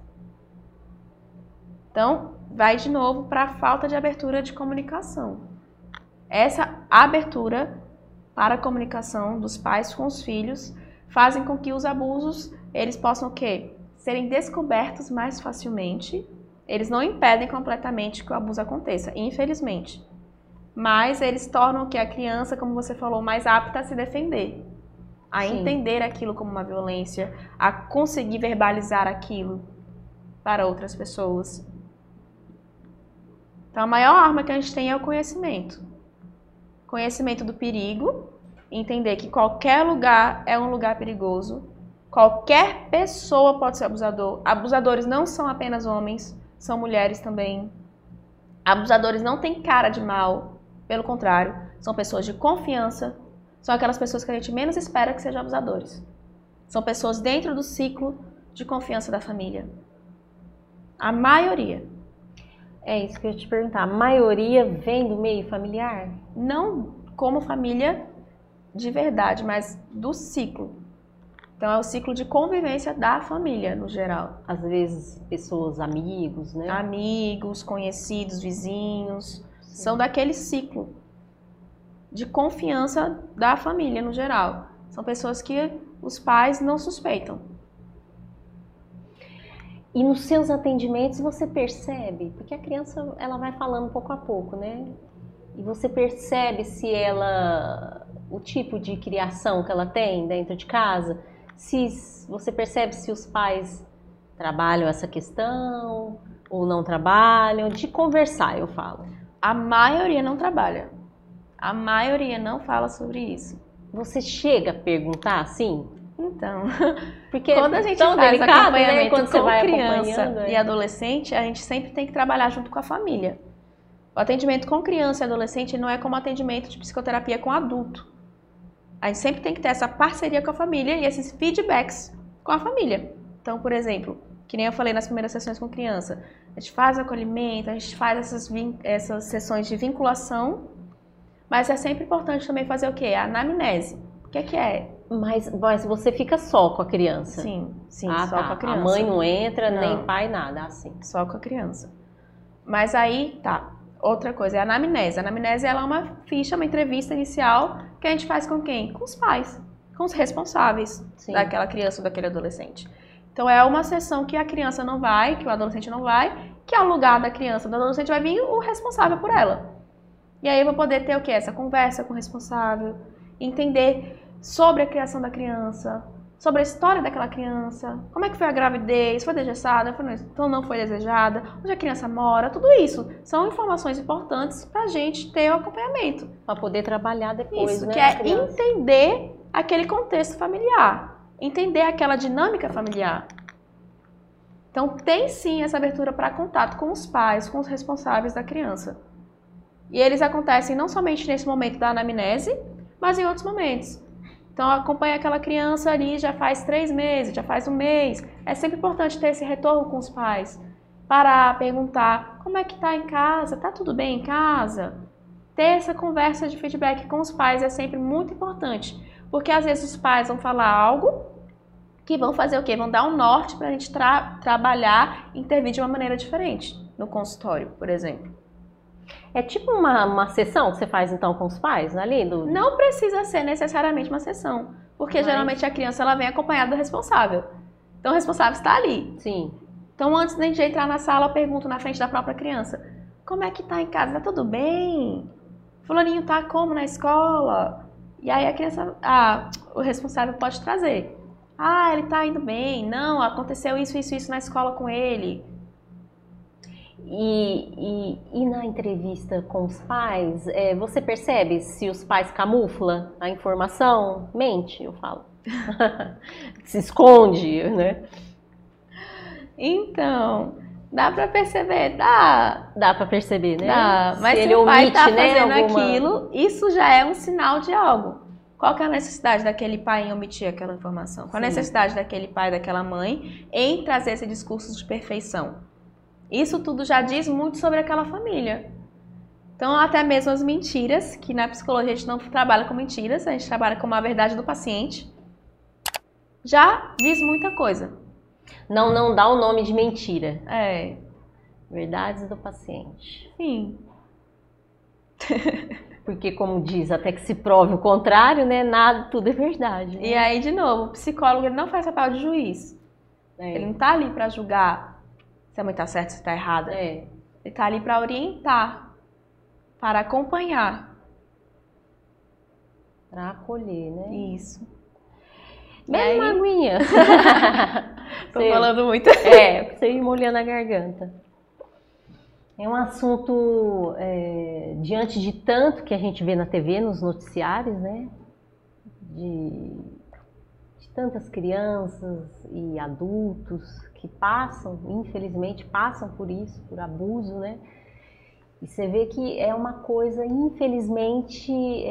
[SPEAKER 2] Então, vai de novo para a falta de abertura de comunicação. Essa abertura para a comunicação dos pais com os filhos fazem com que os abusos, eles possam o quê? Serem descobertos mais facilmente. Eles não impedem completamente que o abuso aconteça, infelizmente. Mas eles tornam que a criança, como você falou, mais apta a se defender. A entender aquilo como uma violência, a conseguir verbalizar aquilo para outras pessoas. Então, a maior arma que a gente tem é o conhecimento. Conhecimento do perigo, entender que qualquer lugar é um lugar perigoso, qualquer pessoa pode ser abusador. Abusadores não são apenas homens, são mulheres também. Abusadores não têm cara de mal, pelo contrário, são pessoas de confiança, são aquelas pessoas que a gente menos espera que sejam abusadores. São pessoas dentro do ciclo de confiança da família. A maioria.
[SPEAKER 1] É isso que eu ia te perguntar. A maioria vem do meio familiar?
[SPEAKER 2] Não como família de verdade, mas do ciclo. Então é o ciclo de convivência da família, no geral.
[SPEAKER 1] Às vezes, pessoas, amigos, né?
[SPEAKER 2] Amigos, conhecidos, vizinhos. São daquele ciclo de confiança da família, no geral. São pessoas que os pais não suspeitam.
[SPEAKER 1] E nos seus atendimentos você percebe, porque a criança ela vai falando pouco a pouco, né? E você percebe se ela, o tipo de criação que ela tem dentro de casa, se você percebe se os pais trabalham essa questão ou não trabalham, de conversar, eu falo.
[SPEAKER 2] A maioria não trabalha. A maioria não fala sobre isso.
[SPEAKER 1] Você chega a perguntar assim?
[SPEAKER 2] Então,
[SPEAKER 1] porque
[SPEAKER 2] quando a gente
[SPEAKER 1] tão
[SPEAKER 2] faz
[SPEAKER 1] delicado,
[SPEAKER 2] acompanhamento
[SPEAKER 1] né? Quando você
[SPEAKER 2] com
[SPEAKER 1] vai
[SPEAKER 2] criança e adolescente, a gente sempre tem que trabalhar junto com a família. O atendimento com criança e adolescente não é como atendimento de psicoterapia com adulto. A gente sempre tem que ter essa parceria com a família e esses feedbacks com a família. Então, por exemplo, que nem eu falei nas primeiras sessões com criança, a gente faz acolhimento, a gente faz essas sessões de vinculação, mas é sempre importante também fazer o quê? A anamnese. O que é?
[SPEAKER 1] Mas você fica só com a criança?
[SPEAKER 2] Sim, só
[SPEAKER 1] tá.
[SPEAKER 2] com a criança.
[SPEAKER 1] A mãe não entra, nem pai, nada, assim.
[SPEAKER 2] Só com a criança. Mas aí, tá. Outra coisa é a anamnese. A anamnese ela é uma ficha, uma entrevista inicial que a gente faz com quem? Com os pais, com os responsáveis daquela criança ou daquele adolescente. Então é uma sessão que a criança não vai, que o adolescente não vai, que ao lugar da criança ou do adolescente vai vir o responsável por ela. E aí eu vou poder ter o quê? Essa conversa com o responsável, entender sobre a criação da criança, sobre a história daquela criança, como é que foi a gravidez, foi desejada, então não foi desejada, onde a criança mora, tudo isso. São informações importantes para a gente ter o acompanhamento.
[SPEAKER 1] Para poder trabalhar depois,
[SPEAKER 2] isso,
[SPEAKER 1] né?
[SPEAKER 2] Que é entender aquele contexto familiar, entender aquela dinâmica familiar. Então tem sim essa abertura para contato com os pais, com os responsáveis da criança. E eles acontecem não somente nesse momento da anamnese, mas em outros momentos. Então, acompanha aquela criança ali já faz 3 meses, já faz 1 mês. É sempre importante ter esse retorno com os pais. Parar, perguntar, como é que tá em casa? Tá tudo bem em casa? Ter essa conversa de feedback com os pais é sempre muito importante. Porque às vezes os pais vão falar algo que vão fazer o quê? Vão dar um norte para a gente trabalhar e intervir de uma maneira diferente no consultório, por exemplo.
[SPEAKER 1] É tipo uma sessão que você faz então com os pais ali?
[SPEAKER 2] Não precisa ser necessariamente uma sessão, porque geralmente a criança ela vem acompanhada do responsável. Então o responsável está ali.
[SPEAKER 1] Sim.
[SPEAKER 2] Então antes de a gente entrar na sala, eu pergunto na frente da própria criança: como é que tá em casa? Tá tudo bem? Fulaninho tá como na escola? E aí a criança, o responsável pode trazer. Ele tá indo bem. Não, aconteceu isso na escola com ele.
[SPEAKER 1] E na entrevista com os pais, você percebe se os pais camuflam a informação? Mente, eu falo. Se esconde, né?
[SPEAKER 2] Então, dá pra perceber? Dá
[SPEAKER 1] pra perceber, né?
[SPEAKER 2] Dá, mas se
[SPEAKER 1] ele
[SPEAKER 2] o pai tá
[SPEAKER 1] omite,
[SPEAKER 2] fazendo
[SPEAKER 1] alguma...
[SPEAKER 2] aquilo, isso já é um sinal de algo. Qual que é a necessidade daquele pai em omitir aquela informação? Qual a necessidade daquele pai, daquela mãe em trazer esse discurso de perfeição? Isso tudo já diz muito sobre aquela família. Então, até mesmo as mentiras, que na psicologia a gente não trabalha com mentiras, a gente trabalha com a verdade do paciente, já diz muita coisa.
[SPEAKER 1] Não dá o nome de mentira.
[SPEAKER 2] É.
[SPEAKER 1] Verdades do paciente.
[SPEAKER 2] Sim.
[SPEAKER 1] Porque, como diz, até que se prove o contrário, né? Nada, tudo é verdade. Né?
[SPEAKER 2] E aí, de novo, o psicólogo ele não faz papel de juiz. Ele não tá ali para julgar se a mãe tá certa, se tá errada. Ele tá ali para orientar, para acompanhar.
[SPEAKER 1] Para acolher, né?
[SPEAKER 2] Isso.
[SPEAKER 1] Bem uma aguinha.
[SPEAKER 2] Tô falando muito.
[SPEAKER 1] Pra você ir molhando a garganta. É um assunto, diante de tanto que a gente vê na TV, nos noticiários, né? De tantas crianças e adultos que passam, infelizmente, passam por isso, por abuso, né? E você vê que é uma coisa, infelizmente,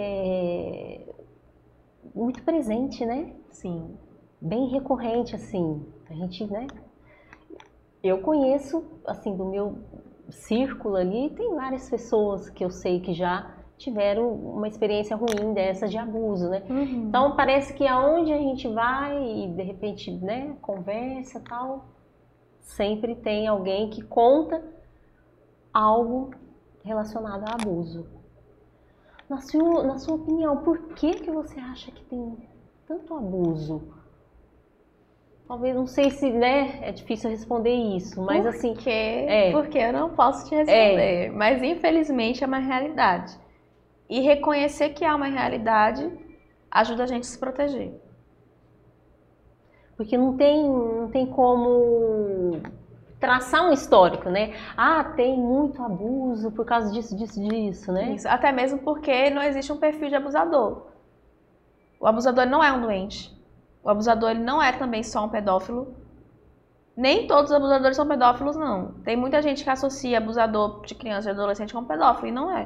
[SPEAKER 1] muito presente, né?
[SPEAKER 2] Sim.
[SPEAKER 1] Bem recorrente, assim. A gente, né? Eu conheço, assim, do meu círculo ali, tem várias pessoas que eu sei que já tiveram uma experiência ruim dessa de abuso, né?
[SPEAKER 2] Uhum.
[SPEAKER 1] Então parece que aonde a gente vai e de repente, né, conversa e tal, sempre tem alguém que conta algo relacionado a abuso. Na sua opinião, por que você acha que tem tanto abuso? Talvez, não sei se, né, é difícil responder isso, mas assim...
[SPEAKER 2] Porque eu não posso te responder, mas infelizmente é uma realidade. E reconhecer que é uma realidade ajuda a gente a se proteger.
[SPEAKER 1] Porque não tem como traçar um histórico, né? Ah, tem muito abuso por causa disso, né?
[SPEAKER 2] Isso, até mesmo porque não existe um perfil de abusador. O abusador não é um doente. O abusador ele não é também só um pedófilo. Nem todos os abusadores são pedófilos, não. Tem muita gente que associa abusador de criança e adolescente com pedófilo, e não é.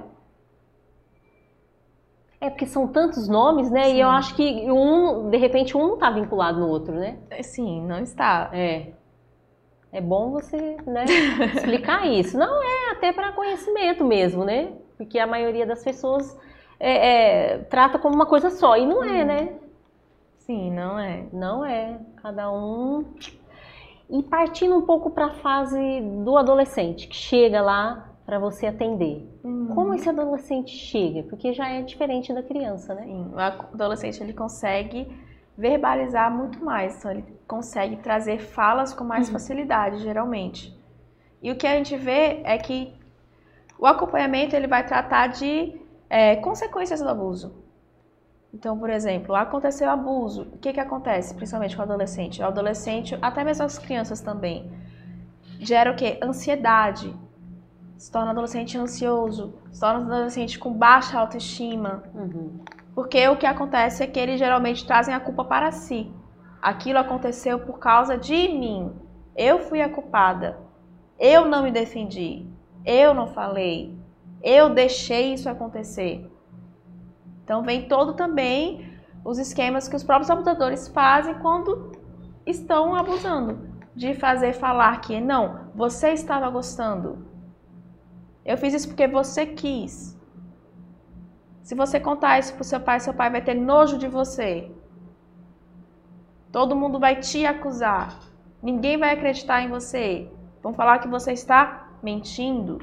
[SPEAKER 1] É porque são tantos nomes, né? Sim. E eu acho que de repente um não está vinculado no outro, né?
[SPEAKER 2] Sim, não está.
[SPEAKER 1] É bom você, né, explicar isso. Não é até para conhecimento mesmo, né? Porque a maioria das pessoas trata como uma coisa só, e não é, né?
[SPEAKER 2] Sim, não é.
[SPEAKER 1] Não é. Cada um... E partindo um pouco para a fase do adolescente, que chega lá para você atender. Como esse adolescente chega? Porque já é diferente da criança, né?
[SPEAKER 2] Sim, o adolescente ele consegue verbalizar muito mais, então ele consegue trazer falas com mais facilidade, geralmente. E o que a gente vê é que o acompanhamento ele vai tratar de consequências do abuso. Então, por exemplo, aconteceu abuso, o que acontece, principalmente com o adolescente? O adolescente, até mesmo as crianças também, gera o quê? Ansiedade. Se torna adolescente ansioso, se torna adolescente com baixa autoestima. Porque o que acontece é que eles geralmente trazem a culpa para si. Aquilo aconteceu por causa de mim. Eu fui a culpada. Eu não me defendi. Eu não falei. Eu deixei isso acontecer. Então vem todo também os esquemas que os próprios abusadores fazem quando estão abusando. De fazer falar que não, você estava gostando. Eu fiz isso porque você quis. Se você contar isso pro seu pai vai ter nojo de você. Todo mundo vai te acusar. Ninguém vai acreditar em você. Vão falar que você está mentindo.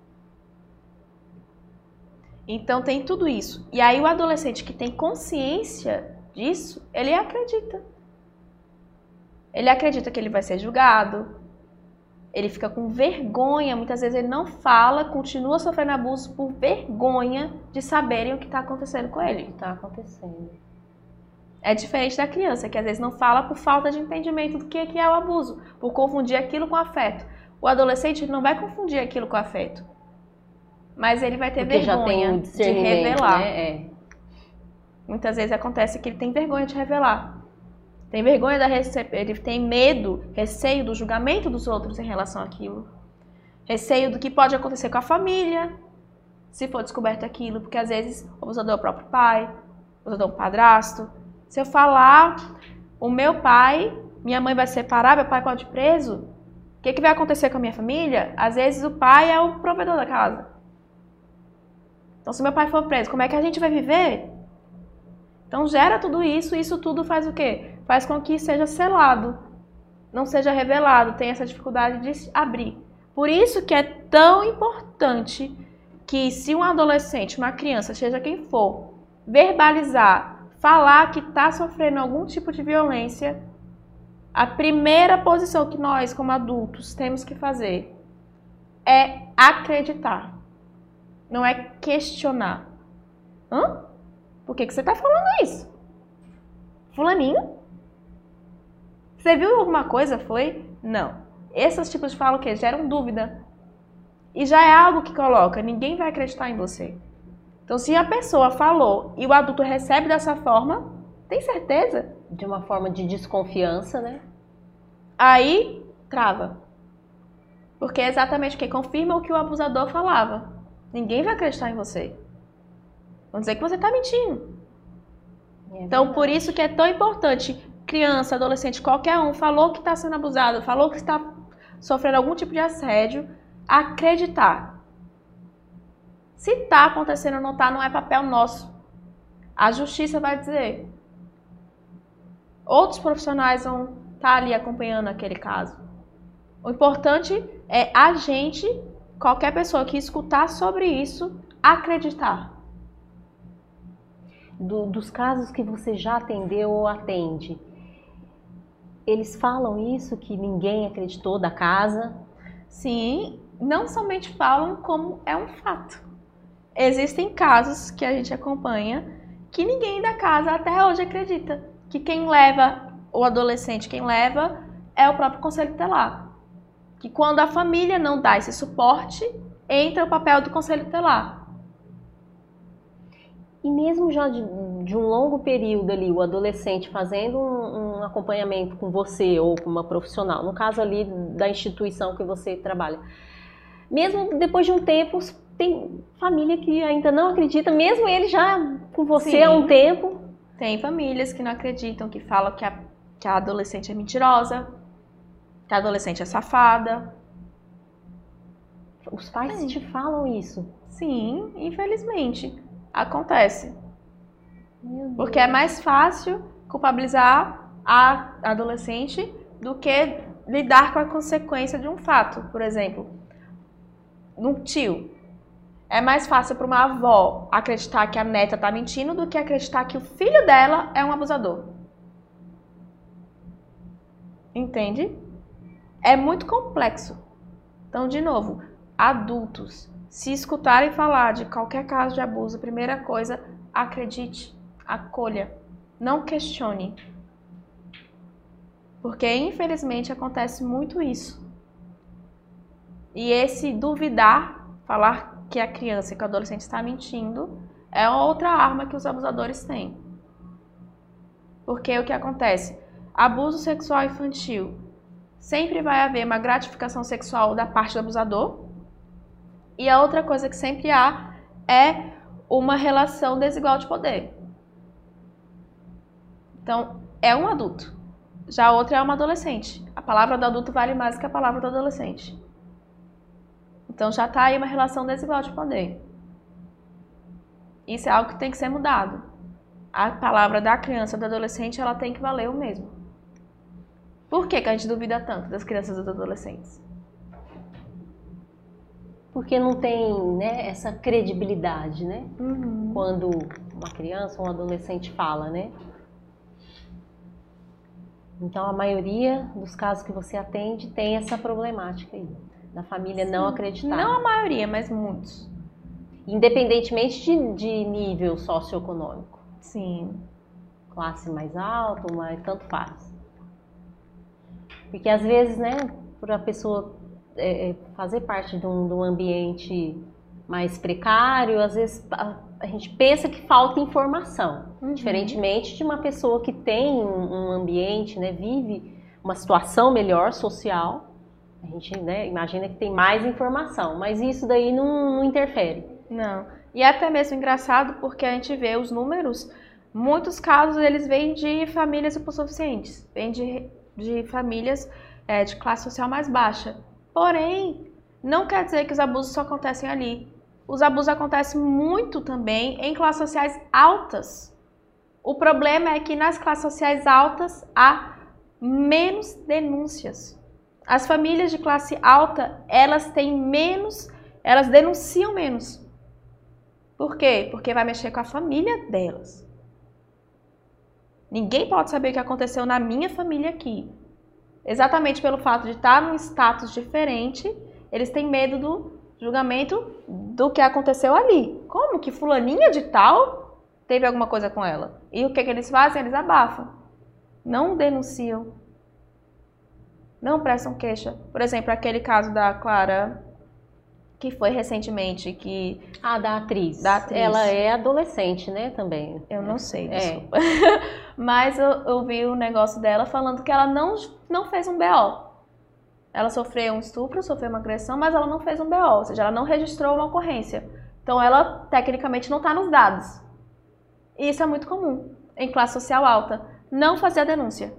[SPEAKER 2] Então tem tudo isso. E aí o adolescente que tem consciência disso, ele acredita. Ele acredita que ele vai ser julgado. Ele fica com vergonha, muitas vezes ele não fala, continua sofrendo abuso por vergonha de saberem o que está acontecendo com ele.
[SPEAKER 1] O que está acontecendo.
[SPEAKER 2] É diferente da criança, que às vezes não fala por falta de entendimento do que é o abuso, por confundir aquilo com afeto. O adolescente não vai confundir aquilo com afeto, mas ele vai ter vergonha de revelar.
[SPEAKER 1] Né?
[SPEAKER 2] Muitas vezes acontece que ele tem vergonha de revelar. Tem vergonha ele tem medo, receio do julgamento dos outros em relação àquilo. Receio do que pode acontecer com a família, se for descoberto aquilo, porque às vezes o abusador é o próprio pai, abusador é um padrasto. Se eu falar, o meu pai, minha mãe vai separar, meu pai pode ir preso, o que vai acontecer com a minha família? Às vezes o pai é o provedor da casa. Então, se meu pai for preso, como é que a gente vai viver? Então, gera tudo isso, e isso tudo faz o quê? Faz com que seja selado, não seja revelado, tenha essa dificuldade de abrir. Por isso que é tão importante que se um adolescente, uma criança, seja quem for, verbalizar, falar que está sofrendo algum tipo de violência, a primeira posição que nós, como adultos, temos que fazer é acreditar. Não é questionar. Hã? Por que você está falando isso? Fulaninho? Você viu alguma coisa? Foi? Não. Esses tipos de fala o quê? Geram dúvida. E já é algo que coloca, ninguém vai acreditar em você. Então, se a pessoa falou e o adulto recebe dessa forma, tem certeza?
[SPEAKER 1] De uma forma de desconfiança, né?
[SPEAKER 2] Aí, trava. Porque é exatamente o que confirma o que o abusador falava. Ninguém vai acreditar em você. Vão dizer que você está mentindo. Então, por isso que é tão importante, criança, adolescente, qualquer um, falou que está sendo abusado, falou que está sofrendo algum tipo de assédio, acreditar. Se está acontecendo ou não está, não é papel nosso. A justiça vai dizer. Outros profissionais vão estar ali acompanhando aquele caso. O importante é a gente, qualquer pessoa que escutar sobre isso, acreditar.
[SPEAKER 1] Dos casos que você já atendeu ou atende, eles falam isso, que ninguém acreditou da casa?
[SPEAKER 2] Sim, não somente falam, como é um fato. Existem casos que a gente acompanha que ninguém da casa até hoje acredita. Que quem leva, o adolescente, quem leva é o próprio conselho tutelar. Que quando a família não dá esse suporte, entra o papel do conselho tutelar.
[SPEAKER 1] E mesmo já de um longo período ali, o adolescente fazendo um acompanhamento com você ou com uma profissional, no caso ali da instituição que você trabalha, mesmo depois de um tempo, tem família que ainda não acredita, mesmo ele já com você
[SPEAKER 2] Sim.
[SPEAKER 1] há um tempo.
[SPEAKER 2] Tem famílias que não acreditam, que falam que a adolescente é mentirosa, que a adolescente é safada.
[SPEAKER 1] Os pais te falam isso?
[SPEAKER 2] Sim, infelizmente. Acontece. Porque é mais fácil culpabilizar a adolescente do que lidar com a consequência de um fato. Por exemplo, num tio. É mais fácil para uma avó acreditar que a neta está mentindo do que acreditar que o filho dela é um abusador. Entende? É muito complexo. Então, de novo, adultos, se escutarem falar de qualquer caso de abuso, primeira coisa, acredite, acolha, não questione. Porque, infelizmente, acontece muito isso. E esse duvidar, falar que a criança e que o adolescente está mentindo, é outra arma que os abusadores têm. Porque o que acontece? Abuso sexual infantil. Sempre vai haver uma gratificação sexual da parte do abusador. E a outra coisa que sempre há é uma relação desigual de poder. Então, é um adulto. Já a outra é uma adolescente. A palavra do adulto vale mais que a palavra do adolescente. Então, já está aí uma relação desigual de poder. Isso é algo que tem que ser mudado. A palavra da criança e do adolescente, ela tem que valer o mesmo. Por que a gente duvida tanto das crianças e dos adolescentes?
[SPEAKER 1] Porque não tem, né, essa credibilidade, né?
[SPEAKER 2] Uhum.
[SPEAKER 1] Quando uma criança ou um adolescente fala, né? Então, a maioria dos casos que você atende tem essa problemática aí, da família não acreditar.
[SPEAKER 2] Não a maioria, mas muitos.
[SPEAKER 1] Independentemente de nível socioeconômico.
[SPEAKER 2] Sim.
[SPEAKER 1] Classe mais alta, tanto faz. Porque às vezes, né, para a pessoa fazer parte de um ambiente mais precário, às vezes a gente pensa que falta informação.
[SPEAKER 2] Uhum.
[SPEAKER 1] Diferentemente de uma pessoa que tem um ambiente, né, vive uma situação melhor social, a gente, né, imagina que tem mais informação, mas isso daí não interfere.
[SPEAKER 2] Não. E é até mesmo engraçado porque a gente vê os números Muitos casos eles vêm de famílias hipossuficientes, vêm de famílias de classe social mais baixa. Porém, não quer dizer que os abusos só acontecem ali. Os abusos acontecem muito também em classes sociais altas. O problema é que nas classes sociais altas há menos denúncias. As famílias de classe alta, elas denunciam menos. Por quê? Porque vai mexer com a família delas. Ninguém pode saber o que aconteceu na minha família aqui. Exatamente pelo fato de estar num status diferente, eles têm medo do julgamento do que aconteceu ali. Como que fulaninha de tal teve alguma coisa com ela? E o que eles fazem? Eles abafam. Não denunciam. Não prestam queixa. Por exemplo, aquele caso da Clara, que foi recentemente, que...
[SPEAKER 1] da atriz.
[SPEAKER 2] Da atriz.
[SPEAKER 1] Ela é adolescente, né, também.
[SPEAKER 2] Eu não sei, desculpa. Mas eu vi o negócio dela falando que ela não fez um BO. Ela sofreu um estupro, sofreu uma agressão, mas ela não fez um BO, ou seja, ela não registrou uma ocorrência. Então ela, tecnicamente, não está nos dados. E isso é muito comum em classe social alta. Não fazer a denúncia.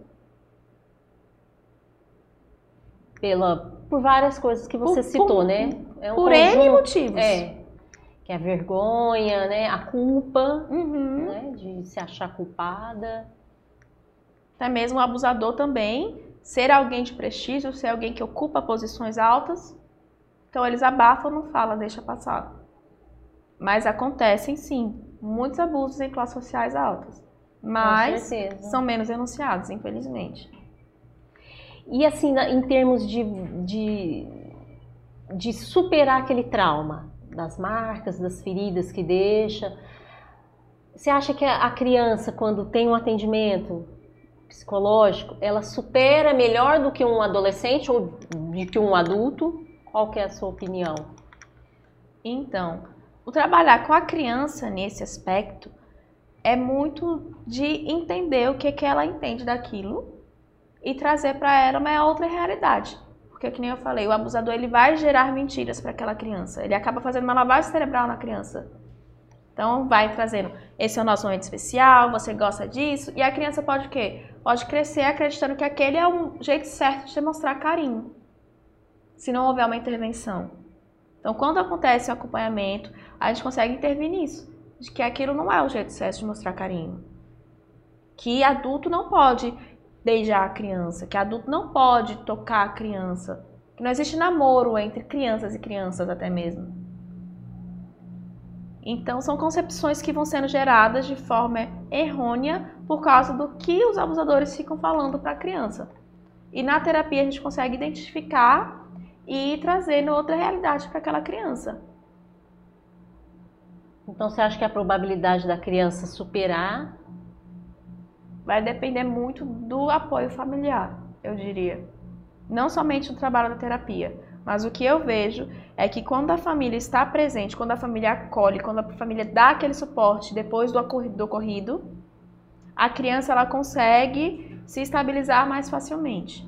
[SPEAKER 1] Por várias coisas que você citou, né? É um
[SPEAKER 2] por N motivos.
[SPEAKER 1] Que é a vergonha, né? A culpa, né? De se achar culpada.
[SPEAKER 2] Até mesmo o abusador também, ser alguém de prestígio, ser alguém que ocupa posições altas. Então eles abafam, não falam, deixa passar. Mas acontecem sim, muitos abusos em classes sociais altas. Mas são menos denunciados, infelizmente.
[SPEAKER 1] E assim, em termos de superar aquele trauma, das marcas, das feridas que deixa, você acha que a criança, quando tem um atendimento psicológico, ela supera melhor do que um adolescente ou do que um adulto? Qual que é a sua opinião?
[SPEAKER 2] Então, o trabalhar com a criança nesse aspecto é muito de entender o que ela entende daquilo e trazer para ela uma outra realidade. Porque, que nem eu falei, o abusador ele vai gerar mentiras para aquela criança. Ele acaba fazendo uma lavagem cerebral na criança. Então, vai trazendo, esse é o nosso momento especial, você gosta disso. E a criança pode o quê? Pode crescer acreditando que aquele é um jeito certo de demonstrar carinho, se não houver uma intervenção. Então, quando acontece o acompanhamento, a gente consegue intervir nisso, de que aquilo não é o jeito certo de mostrar carinho. Que adulto não pode beijar a criança, que adulto não pode tocar a criança, que não existe namoro entre crianças e crianças até mesmo. Então são concepções que vão sendo geradas de forma errônea por causa do que os abusadores ficam falando para a criança. E na terapia a gente consegue identificar e ir trazendo outra realidade para aquela criança.
[SPEAKER 1] Então você acha que a probabilidade da criança superar
[SPEAKER 2] vai depender muito do apoio familiar, eu diria. Não somente do trabalho da terapia, mas o que eu vejo é que quando a família está presente, quando a família acolhe, quando a família dá aquele suporte depois do ocorrido, a criança ela consegue se estabilizar mais facilmente.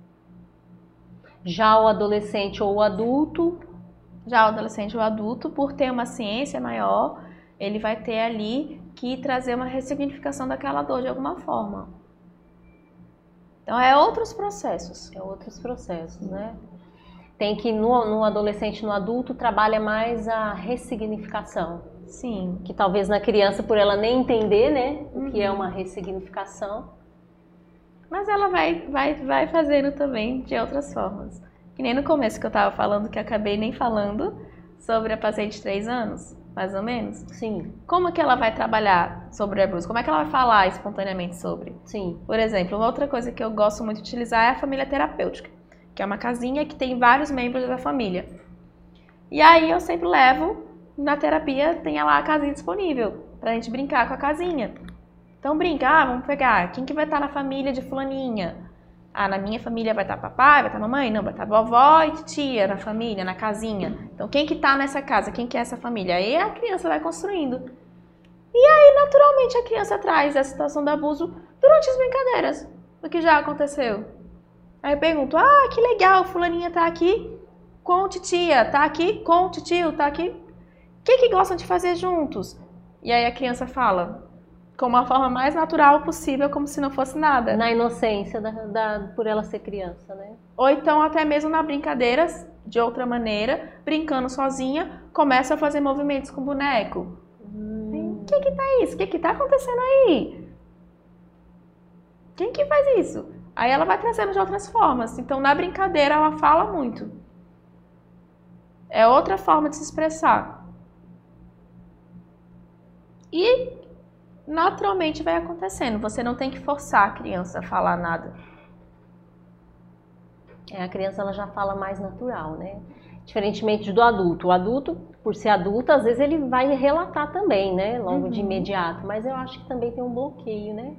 [SPEAKER 1] Já o adolescente ou o adulto?
[SPEAKER 2] Já o adolescente ou o adulto, por ter uma ciência maior, ele vai ter ali que trazer uma ressignificação daquela dor de alguma forma. Então, outros processos.
[SPEAKER 1] Outros processos, né? Tem que, no adolescente e no adulto, trabalha mais a ressignificação.
[SPEAKER 2] Sim.
[SPEAKER 1] Que talvez na criança, por ela nem entender, né? O que é uma ressignificação.
[SPEAKER 2] Mas ela vai fazendo também de outras formas. Que nem no começo que eu estava falando, que eu acabei nem falando, sobre a paciente de 3 anos. Mais ou menos?
[SPEAKER 1] Sim.
[SPEAKER 2] Como que ela vai trabalhar sobre o abuso? Como é que ela vai falar espontaneamente sobre?
[SPEAKER 1] Sim.
[SPEAKER 2] Por exemplo, uma outra coisa que eu gosto muito de utilizar é a família terapêutica, que é uma casinha que tem vários membros da família. E aí eu sempre levo, na terapia, tem lá a casinha disponível, pra gente brincar com a casinha. Então brinca, vamos pegar, quem que vai estar na família de fulaninha? Na minha família vai estar papai, vai estar mamãe? Não, vai estar vovó e tia na família, na casinha. Então, quem que tá nessa casa? Quem que é essa família? Aí a criança vai construindo. E aí, naturalmente, a criança traz a situação do abuso durante as brincadeiras, do que já aconteceu. Aí eu pergunto, que legal, fulaninha tá aqui com titia, tá aqui com titio, tá aqui. O que gostam de fazer juntos? E aí a criança fala, como a forma mais natural possível, como se não fosse nada.
[SPEAKER 1] Na inocência, por ela ser criança, né?
[SPEAKER 2] Ou então até mesmo na brincadeira, de outra maneira, brincando sozinha, começa a fazer movimentos com o boneco. O que tá isso? O que tá acontecendo aí? Quem que faz isso? Aí ela vai trazendo de outras formas. Então, na brincadeira, ela fala muito. É outra forma de se expressar. E, naturalmente, vai acontecendo. Você não tem que forçar a criança a falar nada.
[SPEAKER 1] A criança ela já fala mais natural, né? Diferentemente do adulto. O adulto, por ser adulto, às vezes ele vai relatar também, né? Logo de imediato. Mas eu acho que também tem um bloqueio, né?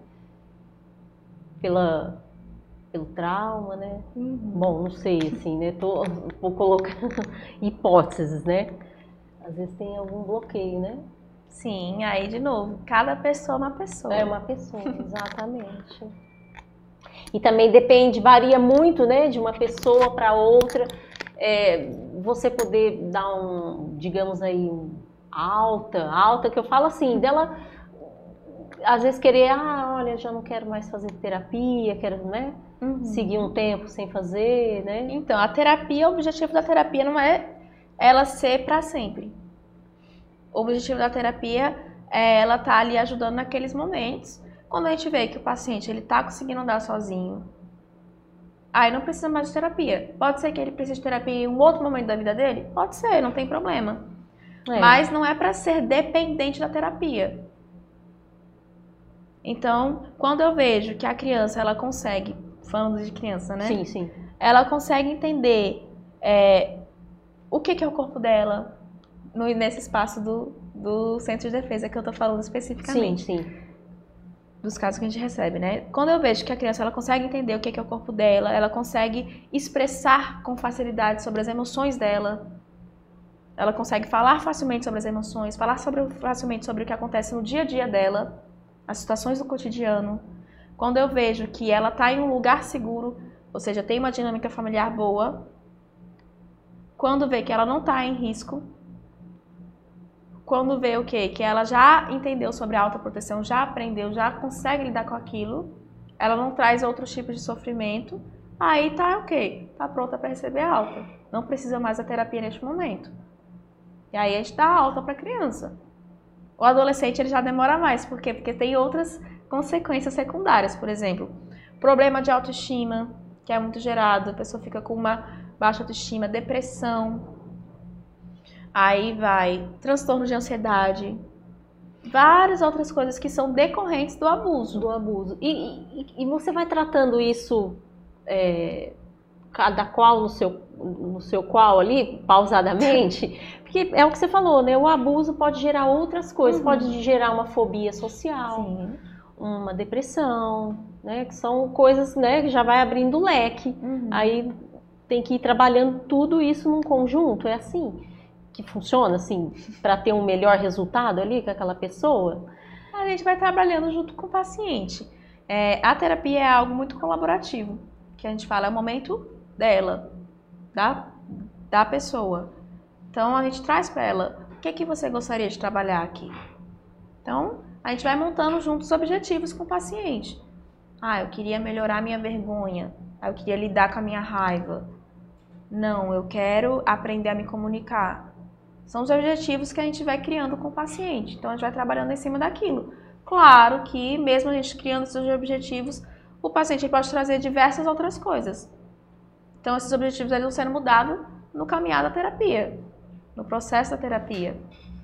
[SPEAKER 1] Pelo trauma, né? Bom, não sei, assim, né? Tô colocando hipóteses, né? Às vezes tem algum bloqueio, né?
[SPEAKER 2] Sim, aí de novo, cada pessoa é uma pessoa.
[SPEAKER 1] É uma pessoa, exatamente. E também depende, varia muito, né? De uma pessoa para outra. Você poder dar digamos aí, alta, que eu falo assim, dela às vezes querer, olha, já não quero mais fazer terapia, quero, né, seguir um tempo sem fazer, né?
[SPEAKER 2] Então, a terapia, o objetivo da terapia não é ela ser para sempre. O objetivo da terapia é ela estar ali ajudando naqueles momentos. Quando a gente vê que o paciente ele tá conseguindo andar sozinho, aí não precisa mais de terapia. Pode ser que ele precise de terapia em um outro momento da vida dele? Pode ser, não tem problema. Mas não é para ser dependente da terapia. Então, quando eu vejo que a criança, ela consegue, falando de criança, né?
[SPEAKER 1] Sim, sim.
[SPEAKER 2] Ela consegue entender o que é o corpo dela nesse espaço do centro de defesa que eu tô falando especificamente.
[SPEAKER 1] Sim, sim.
[SPEAKER 2] Dos casos que a gente recebe, né? Quando eu vejo que a criança ela consegue entender o que é o corpo dela, ela consegue expressar com facilidade sobre as emoções dela, ela consegue falar facilmente sobre as emoções, falar facilmente sobre o que acontece no dia a dia dela, as situações do cotidiano. Quando eu vejo que ela está em um lugar seguro, ou seja, tem uma dinâmica familiar boa, quando vê que ela não está em risco, quando vê o quê? Que ela já entendeu sobre a autoproteção, já aprendeu, já consegue lidar com aquilo, ela não traz outros tipos de sofrimento, aí tá o quê? Tá pronta para receber a alta. Não precisa mais da terapia neste momento. E aí a gente dá alta para a criança. O adolescente ele já demora mais, por quê? Porque tem outras consequências secundárias, por exemplo, problema de autoestima, que é muito gerado, a pessoa fica com uma baixa autoestima, depressão, aí vai transtorno de ansiedade, várias outras coisas que são decorrentes do abuso.
[SPEAKER 1] E você vai tratando isso, cada qual no seu qual ali, pausadamente, porque é o que você falou, né? O abuso pode gerar outras coisas, pode gerar uma fobia social,
[SPEAKER 2] Sim.
[SPEAKER 1] uma depressão, né? Que são coisas, né, que já vai abrindo o leque. Aí tem que ir trabalhando tudo isso num conjunto, é assim que funciona, assim, para ter um melhor resultado ali com aquela pessoa?
[SPEAKER 2] A gente vai trabalhando junto com o paciente. A terapia é algo muito colaborativo, que a gente fala, é o momento dela, da pessoa. Então, a gente traz para ela, o que você gostaria de trabalhar aqui? Então, a gente vai montando juntos os objetivos com o paciente. Eu queria melhorar a minha vergonha. Eu queria lidar com a minha raiva. Não, eu quero aprender a me comunicar. São os objetivos que a gente vai criando com o paciente. Então, a gente vai trabalhando em cima daquilo. Claro que, mesmo a gente criando esses objetivos, o paciente pode trazer diversas outras coisas. Então, esses objetivos eles vão sendo mudados no caminhar da terapia, no processo da terapia.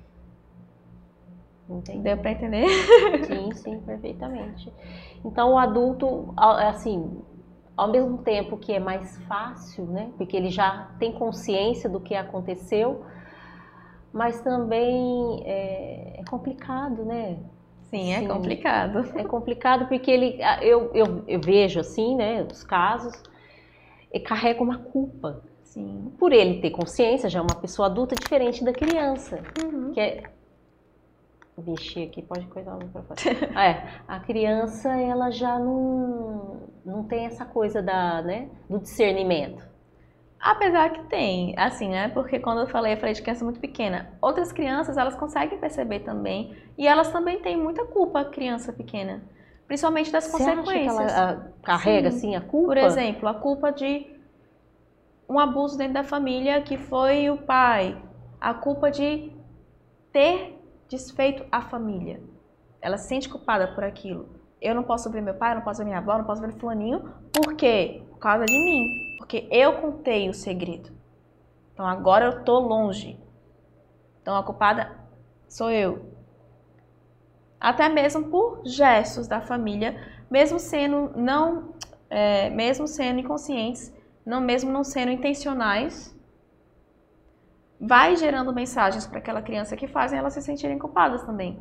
[SPEAKER 1] Entendi.
[SPEAKER 2] Deu para entender?
[SPEAKER 1] Sim, perfeitamente. Então, o adulto, assim, ao mesmo tempo que é mais fácil, né? Porque ele já tem consciência do que aconteceu, mas também é complicado, né?
[SPEAKER 2] Sim, é complicado.
[SPEAKER 1] É complicado porque eu vejo assim, né, os casos, ele carrega uma culpa.
[SPEAKER 2] Sim.
[SPEAKER 1] Por ele ter consciência, já é uma pessoa adulta diferente da criança. Que é... Vou mexer aqui, pode coisar o microfone. A criança, ela já não tem essa coisa do discernimento.
[SPEAKER 2] Apesar que tem, assim, né? Porque quando eu falei de criança muito pequena. Outras crianças, elas conseguem perceber também. E elas também têm muita culpa, a criança pequena. Principalmente das consequências.
[SPEAKER 1] Você acha que ela carrega, assim, a culpa?
[SPEAKER 2] Por exemplo, a culpa de um abuso dentro da família que foi o pai. A culpa de ter desfeito a família. Ela se sente culpada por aquilo. Eu não posso ver meu pai, eu não posso ver minha avó, eu não posso ver o fulaninho. Por quê? Por causa de mim. Porque eu contei o segredo. Então agora eu tô longe. Então a culpada sou eu. Até mesmo por gestos da família, mesmo sendo inconscientes, mesmo não sendo intencionais, vai gerando mensagens para aquela criança que fazem elas se sentirem culpadas também.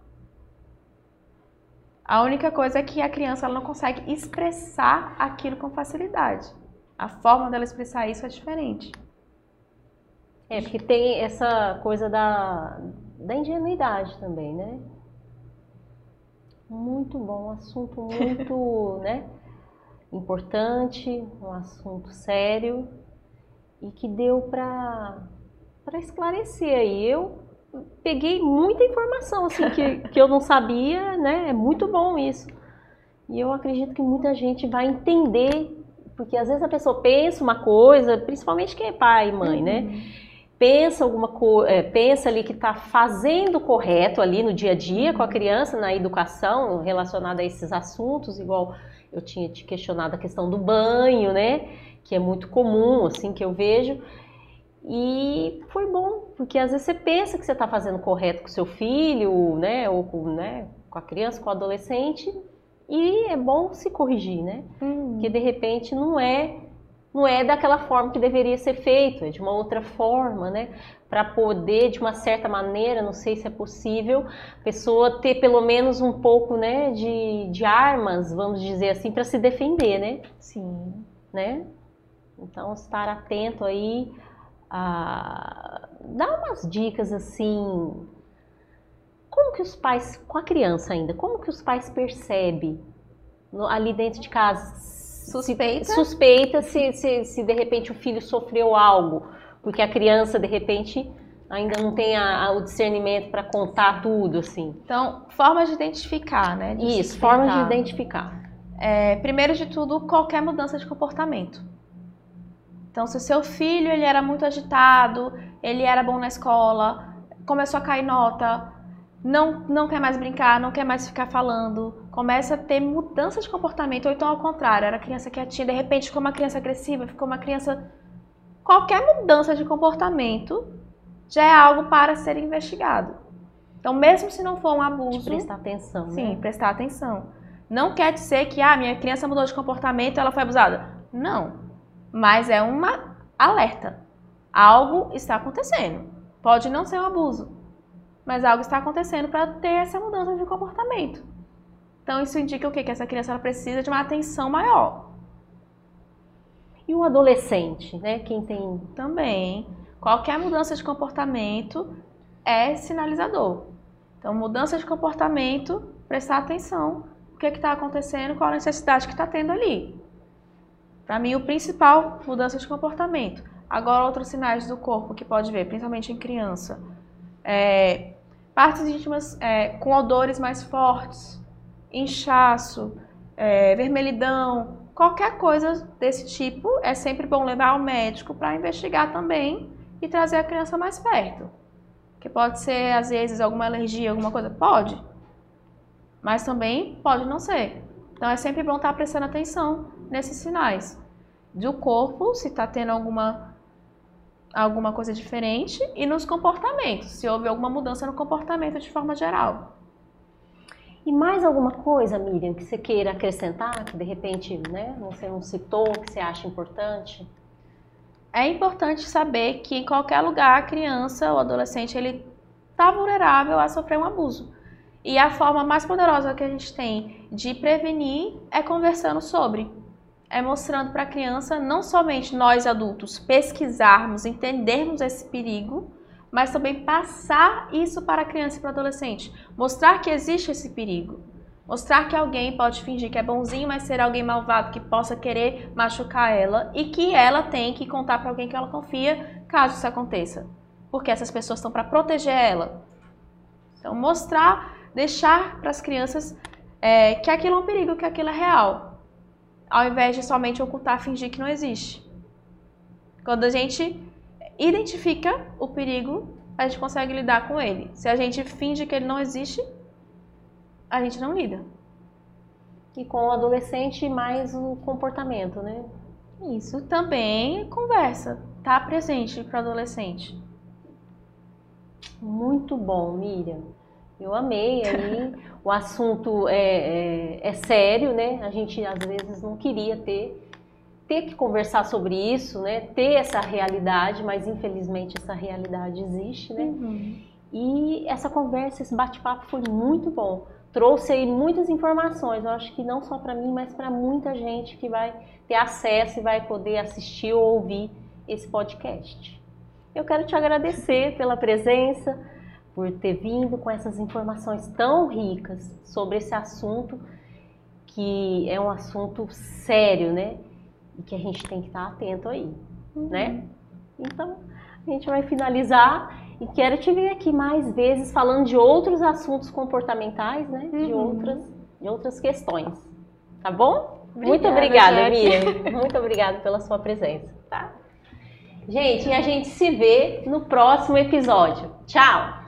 [SPEAKER 2] A única coisa é que a criança ela não consegue expressar aquilo com facilidade. A forma dela expressar isso é diferente.
[SPEAKER 1] Porque tem essa coisa da ingenuidade também, né? Muito bom, um assunto muito né, importante, um assunto sério e que deu para esclarecer aí. Eu peguei muita informação assim, que eu não sabia, né? É muito bom isso. E eu acredito que muita gente vai entender, porque às vezes a pessoa pensa uma coisa, principalmente quem é pai e mãe, né? Pensa alguma coisa, pensa ali que está fazendo correto ali no dia a dia com a criança, na educação relacionada a esses assuntos, igual eu tinha te questionado a questão do banho, né? Que é muito comum, assim, que eu vejo. E foi bom, porque às vezes você pensa que você está fazendo correto com o seu filho, né? Ou com a criança, com o adolescente, e é bom se corrigir, né? Porque de repente não é daquela forma que deveria ser feito, é de uma outra forma, né? Para poder, de uma certa maneira, não sei se é possível, a pessoa ter pelo menos um pouco, né, de armas, vamos dizer assim, para se defender, né?
[SPEAKER 2] Sim.
[SPEAKER 1] Né? Então, estar atento aí, dar umas dicas assim, como que os pais, com a criança ainda, como que os pais percebem ali dentro de casa? Suspeita se de repente o filho sofreu algo, porque a criança de repente ainda não tem o discernimento para contar tudo, assim.
[SPEAKER 2] Então, formas de identificar, né?
[SPEAKER 1] Isso, formas de identificar.
[SPEAKER 2] Primeiro de tudo, qualquer mudança de comportamento. Então, se o seu filho ele era muito agitado, ele era bom na escola, começou a cair nota, não quer mais brincar, não quer mais ficar falando, começa a ter mudança de comportamento, ou então ao contrário, era criança quietinha, de repente ficou uma criança agressiva, ficou uma criança... Qualquer mudança de comportamento já é algo para ser investigado. Então, mesmo se não for um abuso...
[SPEAKER 1] prestar atenção,
[SPEAKER 2] sim,
[SPEAKER 1] né?
[SPEAKER 2] prestar atenção. Não quer dizer que, minha criança mudou de comportamento e ela foi abusada. Não, mas é uma alerta. Algo está acontecendo. Pode não ser um abuso, mas algo está acontecendo para ter essa mudança de comportamento. Então, isso indica o quê? Que essa criança ela precisa de uma atenção maior.
[SPEAKER 1] E o adolescente, né? Quem tem...
[SPEAKER 2] Também. Qualquer mudança de comportamento é sinalizador. Então, mudança de comportamento, prestar atenção. O que está acontecendo, qual a necessidade que está tendo ali. Para mim, o principal, mudança de comportamento. Agora, outros sinais do corpo que pode ver, principalmente em criança. Partes íntimas com odores mais fortes, inchaço, vermelhidão, qualquer coisa desse tipo, é sempre bom levar ao médico para investigar também e trazer a criança mais perto. Que pode ser, às vezes, alguma alergia, alguma coisa? Pode. Mas também pode não ser. Então, é sempre bom estar prestando atenção nesses sinais do corpo, se está tendo alguma coisa diferente, e nos comportamentos, se houve alguma mudança no comportamento de forma geral.
[SPEAKER 1] E mais alguma coisa, Miriam, que você queira acrescentar, que de repente, né, você não citou, que você acha importante?
[SPEAKER 2] É importante saber que em qualquer lugar a criança ou adolescente ele está vulnerável a sofrer um abuso. E a forma mais poderosa que a gente tem de prevenir é conversando sobre. É mostrando para a criança, não somente nós adultos pesquisarmos, entendermos esse perigo, mas também passar isso para a criança e para o adolescente. Mostrar que existe esse perigo. Mostrar que alguém pode fingir que é bonzinho, mas ser alguém malvado que possa querer machucar ela e que ela tem que contar para alguém que ela confia caso isso aconteça. Porque essas pessoas estão para proteger ela. Então, mostrar, deixar para as crianças que aquilo é um perigo, que aquilo é real. Ao invés de somente ocultar, fingir que não existe. Quando a gente identifica o perigo, a gente consegue lidar com ele. Se a gente finge que ele não existe, a gente não lida.
[SPEAKER 1] E com o adolescente, mais o comportamento, né?
[SPEAKER 2] Isso também conversa, tá presente para o adolescente.
[SPEAKER 1] Muito bom, Miriam. Eu amei aí. O assunto é sério, né? A gente às vezes não queria ter que conversar sobre isso, né? Ter essa realidade, mas infelizmente essa realidade existe, né?
[SPEAKER 2] Uhum.
[SPEAKER 1] E essa conversa, esse bate-papo foi muito bom. Trouxe aí muitas informações, eu acho que não só para mim, mas para muita gente que vai ter acesso e vai poder assistir ou ouvir esse podcast. Eu quero te agradecer pela presença, por ter vindo com essas informações tão ricas sobre esse assunto, que é um assunto sério, né? E que a gente tem que estar atento aí, né? Então, a gente vai finalizar e quero te ver aqui mais vezes falando de outros assuntos comportamentais, né? De outras questões, tá bom? Muito obrigada, Miriam. Muito obrigada pela sua presença, tá? Gente, e a gente se vê no próximo episódio. Tchau!